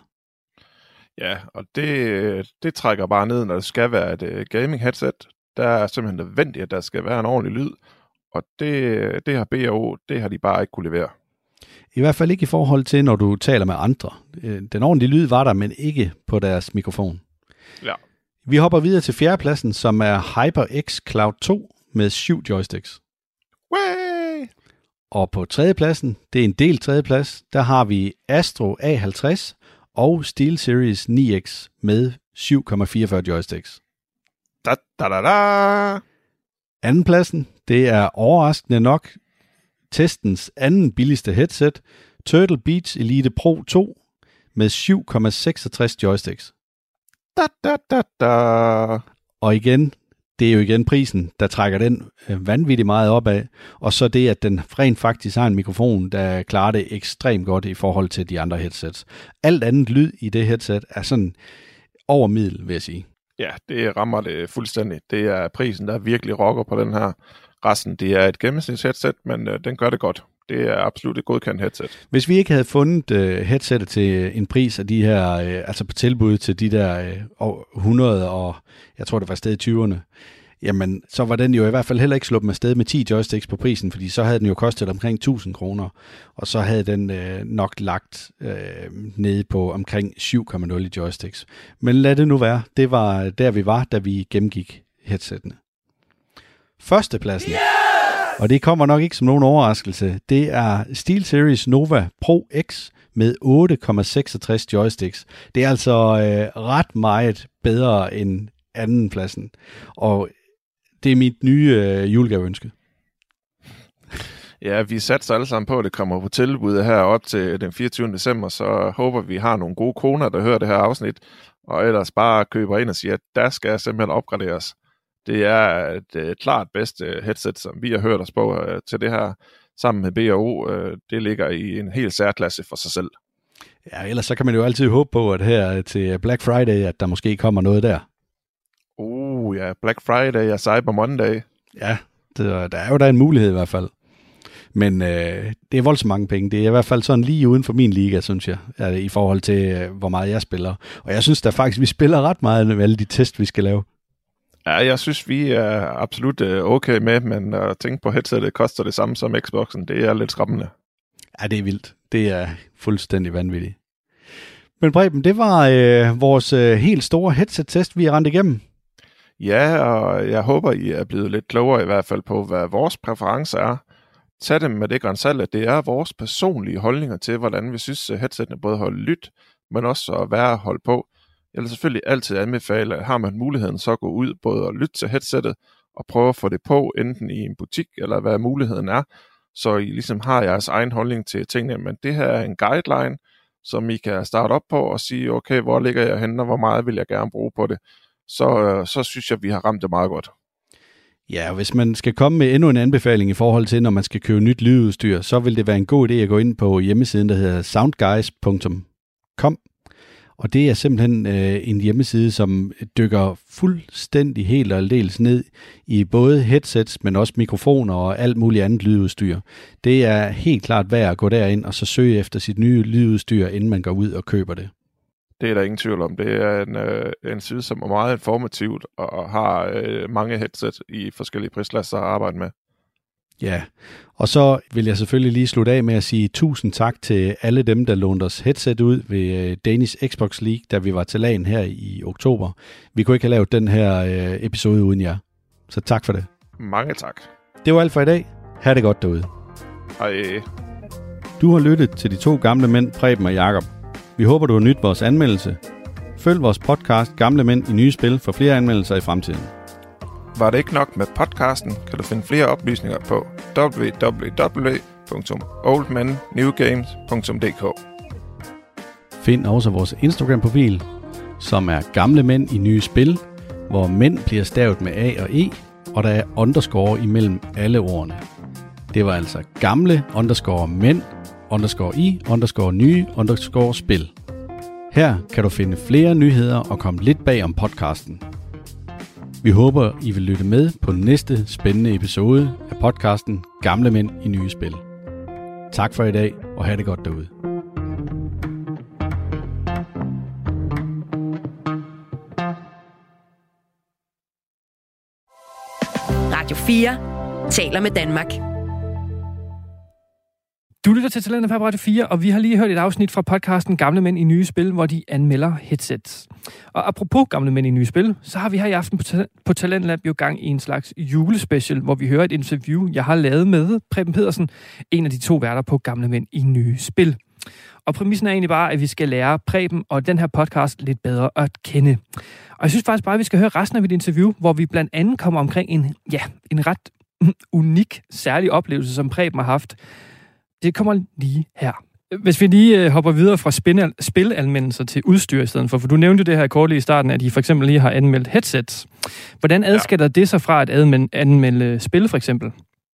Ja, og det trækker bare ned, når det skal være et gaming headset. Der er simpelthen nødvendigt, at der skal være en ordentlig lyd, og det har B&O, det har de bare ikke kunne levere. I hvert fald ikke i forhold til, når du taler med andre. Den ordentlige lyd var der, men ikke på deres mikrofon. Ja. Vi hopper videre til 4. pladsen, som er HyperX Cloud 2 med 7 joysticks. Way! Og på 3. pladsen, det er en del 3. plads, der har vi Astro A50 og SteelSeries 9X med 7,44 joysticks. Da, da, da, da. 2. pladsen, det er overraskende nok testens anden billigste headset, Turtle Beach Elite Pro 2 med 7,66 joysticks. Da, da, da, da. Og igen, det er jo igen prisen, der trækker den vanvittigt meget opad. Og så det, at den rent faktisk har en mikrofon, der klarer det ekstremt godt i forhold til de andre headsets. Alt andet lyd i det headset er sådan over middel, vil jeg sige. Ja, det rammer det fuldstændig. Det er prisen, der virkelig rocker på den her. Resten, det er et gennemsnitsheadset, men den gør det godt. Det er absolut et godkendt headset. Hvis vi ikke havde fundet headsetet til en pris af de her, altså på tilbud til de der 100 og jeg tror det var sted i 20'erne, jamen så var den jo i hvert fald heller ikke sluppet med sted med 10 joysticks på prisen, fordi så havde den jo kostet omkring 1.000 kroner, og så havde den nok lagt nede på omkring 7,0 i joysticks. Men lad det nu være. Det var der vi var, da vi gennemgik headsettene. 1. pladsen. Yes! Og det kommer nok ikke som nogen overraskelse. Det er SteelSeries Nova Pro X med 8,66 joysticks. Det er altså ret meget bedre end andenpladsen. Og det er mit nye julegaveønske. Ja, vi satser alle sammen på, at det kommer på tilbud her op til den 24. december, så håber vi har nogle gode koner, der hører det her afsnit, og ellers bare køber ind og siger, at der skal simpelthen opgraderes. Det er et klart bedste headset, som vi har hørt os på til det her, sammen med B&O. Det ligger i en helt særklasse for sig selv. Ja, ellers så kan man jo altid håbe på, at her til Black Friday, at der måske kommer noget der. Ja, Black Friday og Cyber Monday. Ja, der er jo da en mulighed i hvert fald. Men det er voldsomt mange penge. Det er i hvert fald sådan lige uden for min liga, synes jeg, i forhold til, hvor meget jeg spiller. Og jeg synes da faktisk, vi spiller ret meget med alle de test, vi skal lave. Ja, jeg synes, vi er absolut okay med, men at tænke på headsetet koster det samme som Xboxen. Det er lidt skræmmende. Ja, det er vildt. Det er fuldstændig vanvittigt. Men Preben, det var vores helt store headset-test, vi har rendt igennem. Ja, og jeg håber, I er blevet lidt klogere i hvert fald på, hvad vores præferencer er. Tag dem med det grænsalt, at det er vores personlige holdninger til, hvordan vi synes, headsetene både holder lyt, men også at være at holde på. Jeg vil selvfølgelig altid anbefale, at har man muligheden, så gå ud både at lytte til headsettet og prøve at få det på, enten i en butik, eller hvad muligheden er, så I ligesom har jeres egen holdning til tingene. Men det her er en guideline, som I kan starte op på og sige, okay, hvor ligger jeg henne, og hvor meget vil jeg gerne bruge på det. Så synes jeg, vi har ramt det meget godt. Ja, hvis man skal komme med endnu en anbefaling i forhold til, når man skal købe nyt lydudstyr, så vil det være en god idé at gå ind på hjemmesiden, der hedder soundguys.com. Og det er simpelthen en hjemmeside, som dykker fuldstændig helt og aldeles ned i både headsets, men også mikrofoner og alt muligt andet lydudstyr. Det er helt klart værd at gå derind og så søge efter sit nye lydudstyr, inden man går ud og køber det. Det er der ingen tvivl om. Det er en side, som er meget informativt og har mange headset i forskellige prisklasser at arbejde med. Ja, og så vil jeg selvfølgelig lige slutte af med at sige tusind tak til alle dem, der lånte os headset ud ved Danish Xbox League, da vi var til LAN her i oktober. Vi kunne ikke have lavet den her episode uden jer. Så tak for det. Mange tak. Det var alt for i dag. Ha' det godt derude. Hej. Du har lyttet til de to gamle mænd, Preben og Jakob. Vi håber, du har nydt vores anmeldelse. Følg vores podcast Gamle Mænd i Nye Spil for flere anmeldelser i fremtiden. Var det ikke nok med podcasten, kan du finde flere oplysninger på www.oldmennewgames.dk. Find også vores Instagram-profil, som er Gamle Mænd i Nye Spil, hvor mænd bliver stavet med A og E, og der er underscore imellem alle ordene. Det var altså gamle_mænd_i_nye_spil. Her kan du finde flere nyheder og komme lidt bag om podcasten. Vi håber, I vil lytte med på næste spændende episode af podcasten Gamle Mænd i Nye Spil. Tak for i dag, og have det godt derude. Radio 4 taler med Danmark. Du lytter til Talentlab på Radio 4, og vi har lige hørt et afsnit fra podcasten Gamle Mænd i Nye Spil, hvor de anmelder headsets. Og apropos Gamle Mænd i Nye Spil, så har vi her i aften på Talentlab jo gang i en slags julespecial, hvor vi hører et interview, jeg har lavet med Preben Pedersen, en af de to værter på Gamle Mænd i Nye Spil. Og præmissen er egentlig bare, at vi skal lære Preben og den her podcast lidt bedre at kende. Og jeg synes faktisk bare, at vi skal høre resten af et interview, hvor vi blandt andet kommer omkring en ret unik, særlig oplevelse, som Preben har haft. Det kommer lige her. Hvis vi lige hopper videre fra spilanmeldelser til udstyr i stedet for du nævnte det her kort i starten, at I for eksempel lige har anmeldt headsets. Hvordan adskiller det sig fra at anmelde spil, for eksempel?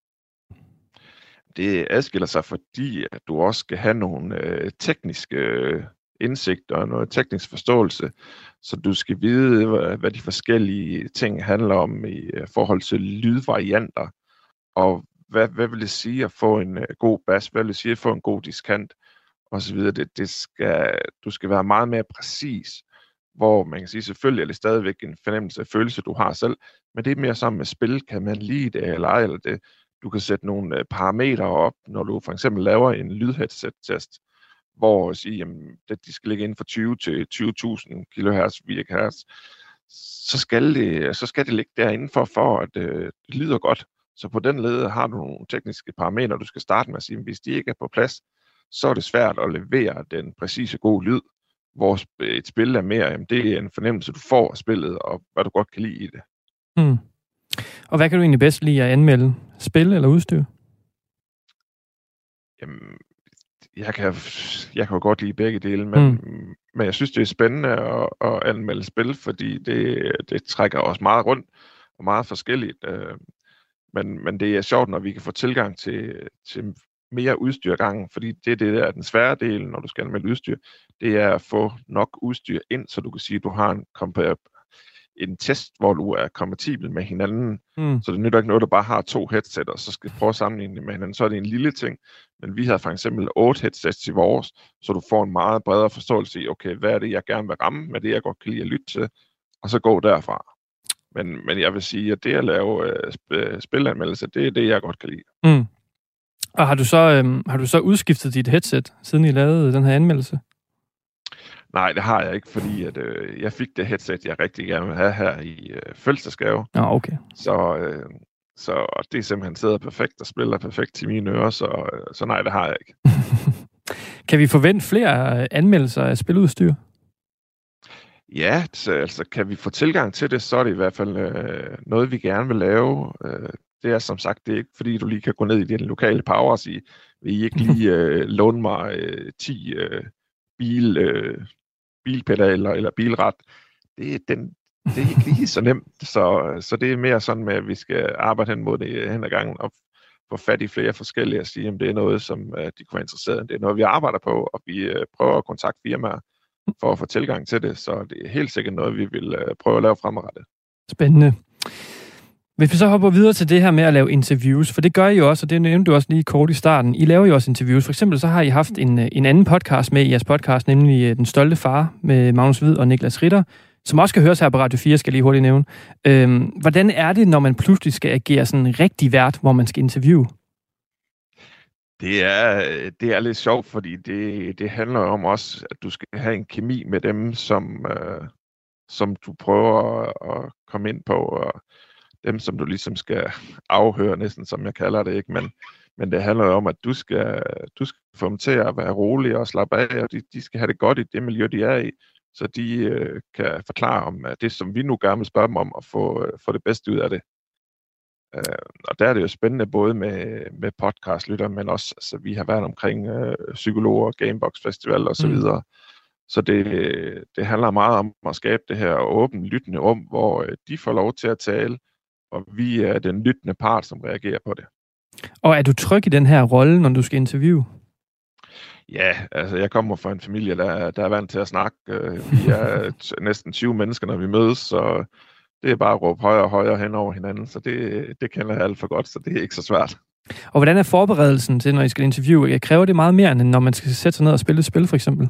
Det adskiller sig, fordi at du også skal have nogle tekniske indsigter og noget teknisk forståelse, så du skal vide, hvad de forskellige ting handler om i forhold til lydvarianter, og hvad vil det sige at få en god bas, hvad vil det sige at få en god diskant, og så videre. Du skal være meget mere præcis, hvor man kan sige, selvfølgelig er det stadigvæk en fornemmelse af følelse, du har selv, men det er mere sammen med spil, kan man lide det eller ej, eller det. Du kan sætte nogle parametre op, når du for eksempel laver en lydheadset-test, hvor sige, de skal ligge inden for 20 til 20.000 kHz, så skal det ligge derinde for at det lyder godt. Så på den led har du nogle tekniske parametre, du skal starte med at sige, hvis de ikke er på plads, så er det svært at levere den præcise gode lyd. Hvor et spil er mere, jamen det er en fornemmelse, du får af spillet, og hvad du godt kan lide i det. Mm. Og hvad kan du egentlig bedst lide at anmelde? Spil eller udstyr? Jamen, jeg kan jo godt lide begge dele, men jeg synes, det er spændende at anmelde spil, fordi det trækker os meget rundt og meget forskelligt. Men det er sjovt, når vi kan få tilgang til mere udstyr ad gangen, fordi det der er den svære del, når du skal anmelde udstyr, det er at få nok udstyr ind, så du kan sige, at du har en test, hvor du er kompatibel med hinanden. Så det nytter ikke noget, du bare har 2 headsets, og så skal prøve at sammenligne det med hinanden. Så er det en lille ting, men vi har for eksempel 8 headsets i vores, så du får en meget bredere forståelse i, okay, hvad er det, jeg gerne vil ramme, hvad det, jeg godt kan lide at lytte til, og så gå derfra. Men jeg vil sige, at det at lave spilanmeldelse, det er det, jeg godt kan lide. Mm. Og har du så udskiftet dit headset, siden I lavede den her anmeldelse? Det har jeg ikke, fordi at, jeg fik det headset, jeg rigtig gerne vil have her i fødselsdagsgave. Okay. Så det simpelthen sidder perfekt og spiller perfekt til mine ører, så nej, det har jeg ikke. Kan vi forvente flere anmeldelser af spiludstyr? Ja, altså kan vi få tilgang til det, så er det i hvert fald noget, vi gerne vil lave. Det er som sagt, det er ikke fordi, du lige kan gå ned i den lokale power og sige, vil I ikke lige låne mig 10 bilpedaler eller bilret. Det er ikke lige så nemt, så det er mere sådan med, at vi skal arbejde hen mod det hen ad gangen og få fat i flere forskellige og sige, om det er noget, som de kunne være interesseret i. Det er noget, vi arbejder på, og vi prøver at kontakte firmaer for at få tilgang til det, så det er helt sikkert noget, vi vil prøve at lave fremadrettet. Spændende. Hvis vi så hopper videre til det her med at lave interviews, for det gør I jo også, og det nævnte du også lige kort i starten. I laver jo også interviews. For eksempel så har I haft en anden podcast med i jeres podcast, nemlig Den Stolte Far med Magnus Hvid og Niklas Ritter, som også kan høres her på Radio 4, skal jeg lige hurtigt nævne. Hvordan er det, når man pludselig skal agere sådan en rigtig vært, hvor man skal interviewe? Det er lidt sjovt, fordi det handler om også, at du skal have en kemi med dem, som du prøver at komme ind på, og dem, som du ligesom skal afhøre, næsten som jeg kalder det, ikke? Men det handler om, at du skal få dem til at være rolige og slappe af, og de skal have det godt i det miljø, de er i, så de kan forklare om det, som vi nu gerne vil spørge dem om, og få det bedste ud af det. Og der er det jo spændende både med podcastlytter, men også, altså, vi har været omkring psykologer, Gamebox Festival og så videre. Så det handler meget om at skabe det her åbent, lyttende rum, hvor de får lov til at tale, og vi er den lyttende part, som reagerer på det. Og er du tryg i den her rolle, når du skal interviewe? Ja, altså jeg kommer fra en familie, der er vant til at snakke. Vi er næsten 20 mennesker, når vi mødes, så det er bare at råbe højere og højere hen over hinanden, så det kender jeg alt for godt, så det er ikke så svært. Og hvordan er forberedelsen til, når I skal interviewe? Kræver det meget mere, end når man skal sætte sig ned og spille et spil, for eksempel?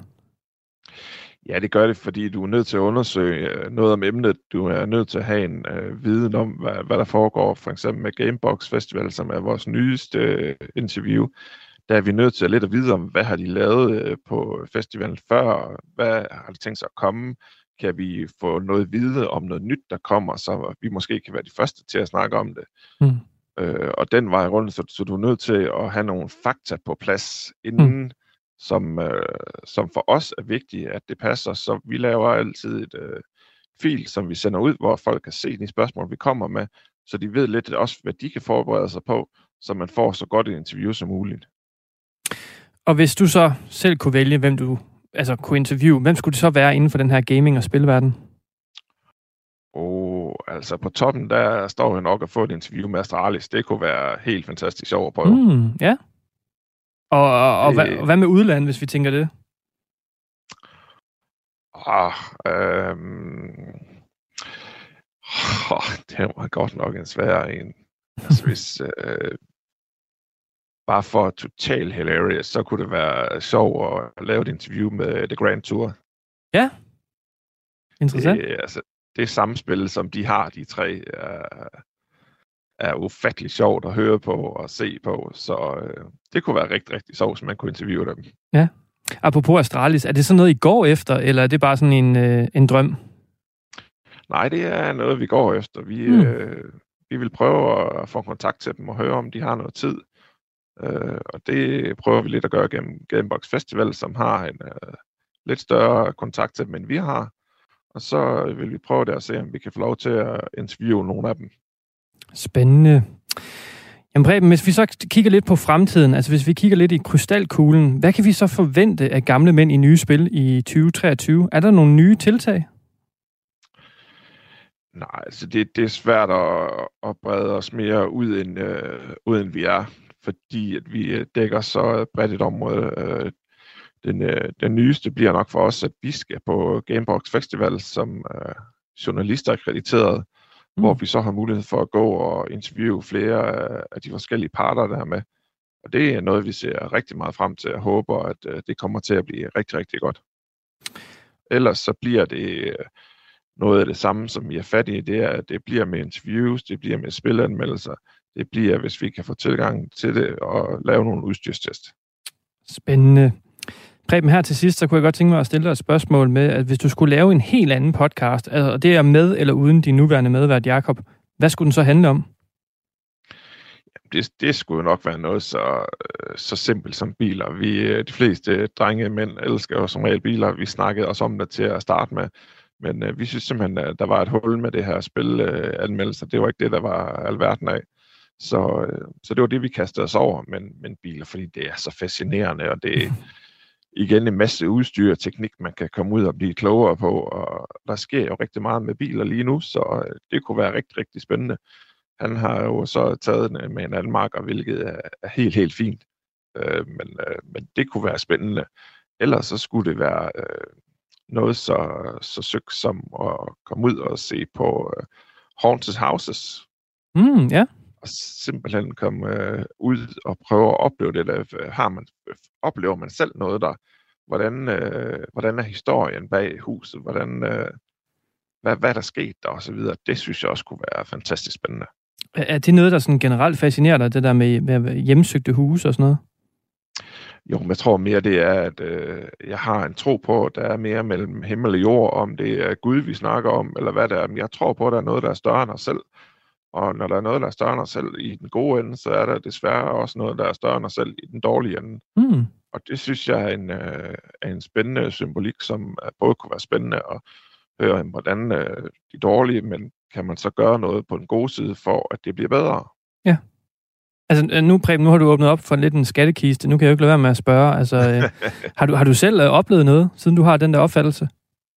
Ja, det gør det, fordi du er nødt til at undersøge noget om emnet. Du er nødt til at have en viden om, hvad der foregår. For eksempel med Gamebox Festival, som er vores nyeste interview. Der er vi nødt til at lidt at vide om, hvad har de lavet på festivalen før? Hvad har de tænkt sig at komme? Kan vi få noget vide om noget nyt, der kommer, så vi måske kan være de første til at snakke om det. Og den vej rundt, så du er nødt til at have nogle fakta på plads inden, som for os er vigtigt, at det passer. Så vi laver altid et fil, som vi sender ud, hvor folk kan se de spørgsmål, vi kommer med, så de ved lidt også, hvad de kan forberede sig på, så man får så godt et interview som muligt. Og hvis du så selv kunne vælge, hvem du kunne interviewe, hvem skulle det så være inden for den her gaming- og spilverden? Altså på toppen, der står jeg nok at få et interview med Astralis. Det kunne være helt fantastisk sjovt at prøve. Ja. Og hvad med udlandet, hvis vi tænker det? Det var godt nok en svær en. Altså hvis bare for total hilarious, så kunne det være sjovt at lave et interview med The Grand Tour. Ja. Interessant. Det samspil, som de har, de tre, er ufattelig sjovt at høre på og se på. Så det kunne være rigtig, rigtig sjovt, hvis man kunne interviewe dem. Ja. Apropos Astralis, er det sådan noget, I går efter, eller er det bare sådan en drøm? Nej, det er noget, vi går efter. vi vil prøve at få kontakt til dem og høre, om de har noget tid. Og det prøver vi lidt at gøre gennem Gamebox Festival, som har en lidt større kontakt til dem, end vi har. Og så vil vi prøve det at se, om vi kan få lov til at interviewe nogle af dem. Spændende. Jamen Preben, hvis vi så kigger lidt på fremtiden, altså hvis vi kigger lidt i krystalkuglen, hvad kan vi så forvente af gamle mænd i nye spil i 2023? Er der nogle nye tiltag? Nej, altså det er svært at brede os mere ud, end vi er, fordi at vi dækker så bredt et område. Den nyeste bliver nok for os, at vi skal på Gamebox Festival som journalister akkrediteret, hvor vi så har mulighed for at gå og interviewe flere af de forskellige parter, der er med. Og det er noget, vi ser rigtig meget frem til, og håber, at det kommer til at blive rigtig, rigtig godt. Ellers så bliver det noget af det samme, som vi er fat i. Det er, at det bliver med interviews, det bliver med spilanmeldelser, det bliver, hvis vi kan få tilgang til det og lave nogle udstyrstest. Spændende. Preben, her til sidst, så kunne jeg godt tænke mig at stille dig et spørgsmål med, at hvis du skulle lave en helt anden podcast, og det er med eller uden din nuværende medvært Jakob, hvad skulle den så handle om? Det skulle jo nok være noget så simpelt som biler. De fleste drenge mænd elsker jo som regel biler. Vi snakkede også om det til at starte med. Men vi synes simpelthen, at der var et hul med det her spilanmeldelser. Det var ikke det, der var alverden af. Så det var det, vi kastede os over. Men biler, fordi det er så fascinerende, og det er igen en masse udstyr og teknik, man kan komme ud og blive klogere på. Og der sker jo rigtig meget med biler lige nu, så det kunne være rigtig, rigtig spændende. Han har jo så taget den med en anden marker, hvilket er helt, helt fint. Men det kunne være spændende. Ellers så skulle det være noget så søgt som at komme ud og se på Haunted Houses. Ja. Og simpelthen komme ud og prøve at opleve det der. Oplever man selv noget der? Hvordan er historien bag huset? Hvad der skete der og så videre? Det synes jeg også kunne være fantastisk spændende. Er det noget, der sådan generelt fascinerer dig, det der med hjemsøgte huse og sådan noget? Jo, men jeg tror mere, det er, at jeg har en tro på, at der er mere mellem himmel og jord, om det er Gud, vi snakker om, eller hvad det er. Men jeg tror på, at der er noget, der er større end os selv. Og når der er noget, der er større end os selv i den gode ende, så er der desværre også noget, der er større end os selv i den dårlige ende. Og det synes jeg er en spændende symbolik, som både kunne være spændende at høre, hvordan de dårlige, men kan man så gøre noget på den gode side, for at det bliver bedre? Ja. Altså nu, Preben, nu har du åbnet op for lidt en skattekiste. Nu kan jeg jo ikke lade være med at spørge. Altså, har du selv oplevet noget, siden du har den der opfattelse?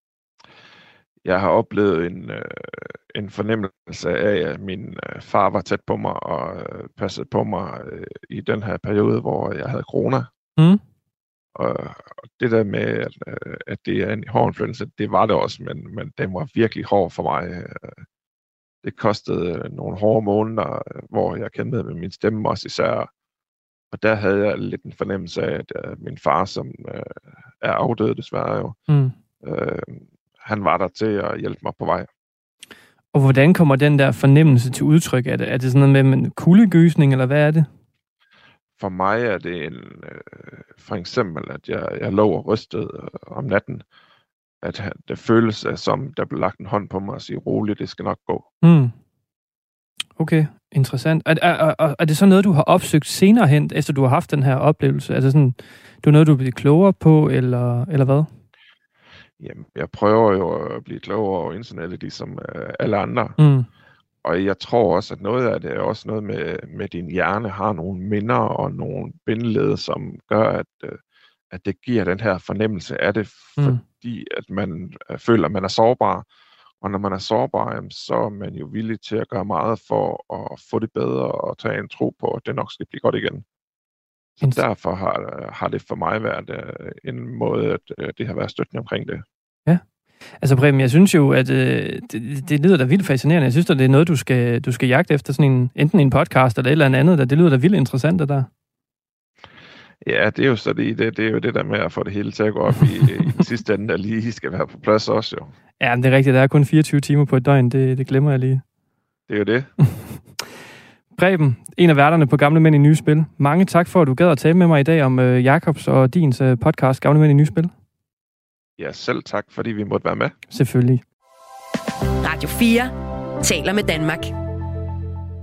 Jeg har oplevet en fornemmelse af, at min far var tæt på mig og passede på mig i den her periode, hvor jeg havde corona. Og det der med, at det er en hård influenza, det var det også, men den var virkelig hård for mig. Det kostede nogle hårde måneder, hvor jeg kæmpede med min stemme også især. Og der havde jeg lidt en fornemmelse af, at min far, som er afdød desværre jo, han var der til at hjælpe mig på vej. Og hvordan kommer den der fornemmelse til udtryk? Er det sådan noget med en kuldegysning, eller hvad er det? For mig er det for eksempel, at jeg lå og rystede om natten, at det føles som, der blev lagt en hånd på mig og sige, roligt, det skal nok gå. Okay, interessant. Er det så noget, du har opsøgt senere hen, efter du har haft den her oplevelse? Er det sådan, du er noget, du bliver klogere på, eller hvad? Jamen, jeg prøver jo at blive klogere over internettet, ligesom alle andre. Og jeg tror også, at noget af det er også noget med din hjerne har nogle minder og nogle bindeled, som gør, at det giver den her fornemmelse af det, fordi at man føler, at man er sårbar. Og når man er sårbar, så er man jo villig til at gøre meget for at få det bedre og tage en tro på, at det nok skal blive godt igen. Så derfor har det for mig været en måde, at det har været støttende omkring det. Ja. Altså Preben, jeg synes jo, at det lyder da vildt fascinerende. Jeg synes, at det er noget, du skal jagte efter sådan enten en podcast eller et eller andet. Det lyder da vildt interessant, det der. Ja, det er jo så det er jo det der med at få det hele til at gå op i den sidste ende, der lige skal være på plads også jo. Ja, men det er rigtigt. Der er kun 24 timer på et døgn. Det glemmer jeg lige. Det er jo det. Preben, en af værterne på Gamle Mænd i Nye Spil. Mange tak for, at du gad at tale med mig i dag om Jakobs og din podcast Gamle Mænd i Nye Spil. Ja, selv tak, fordi vi måtte være med. Selvfølgelig. Radio 4 taler med Danmark.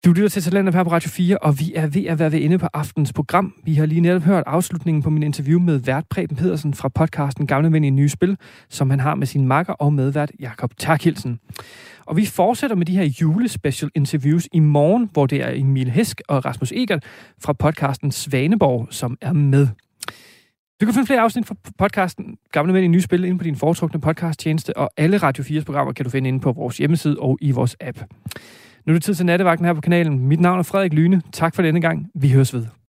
Du lytter til Talentlab her på Radio 4, og vi er ved at være inde på aftens program. Vi har lige netop hørt afslutningen på min interview med vært Preben Pedersen fra podcasten Gamle Mænd i Nye Spil, som han har med sin makker og medvært Jakob Terkildsen. Og vi fortsætter med de her julespecial interviews i morgen, hvor det er Emil Hæsk og Rasmus Egert fra podcasten Svaneborg, som er med. Du kan finde flere afsnit fra podcasten Gamle Mænd i Nye Spil inde på din foretrukne podcasttjeneste, og alle Radio 4's programmer kan du finde inde på vores hjemmeside og i vores app. Nu er det tid til nattevagten her på kanalen. Mit navn er Frederik Lyne. Tak for denne gang. Vi høres ved.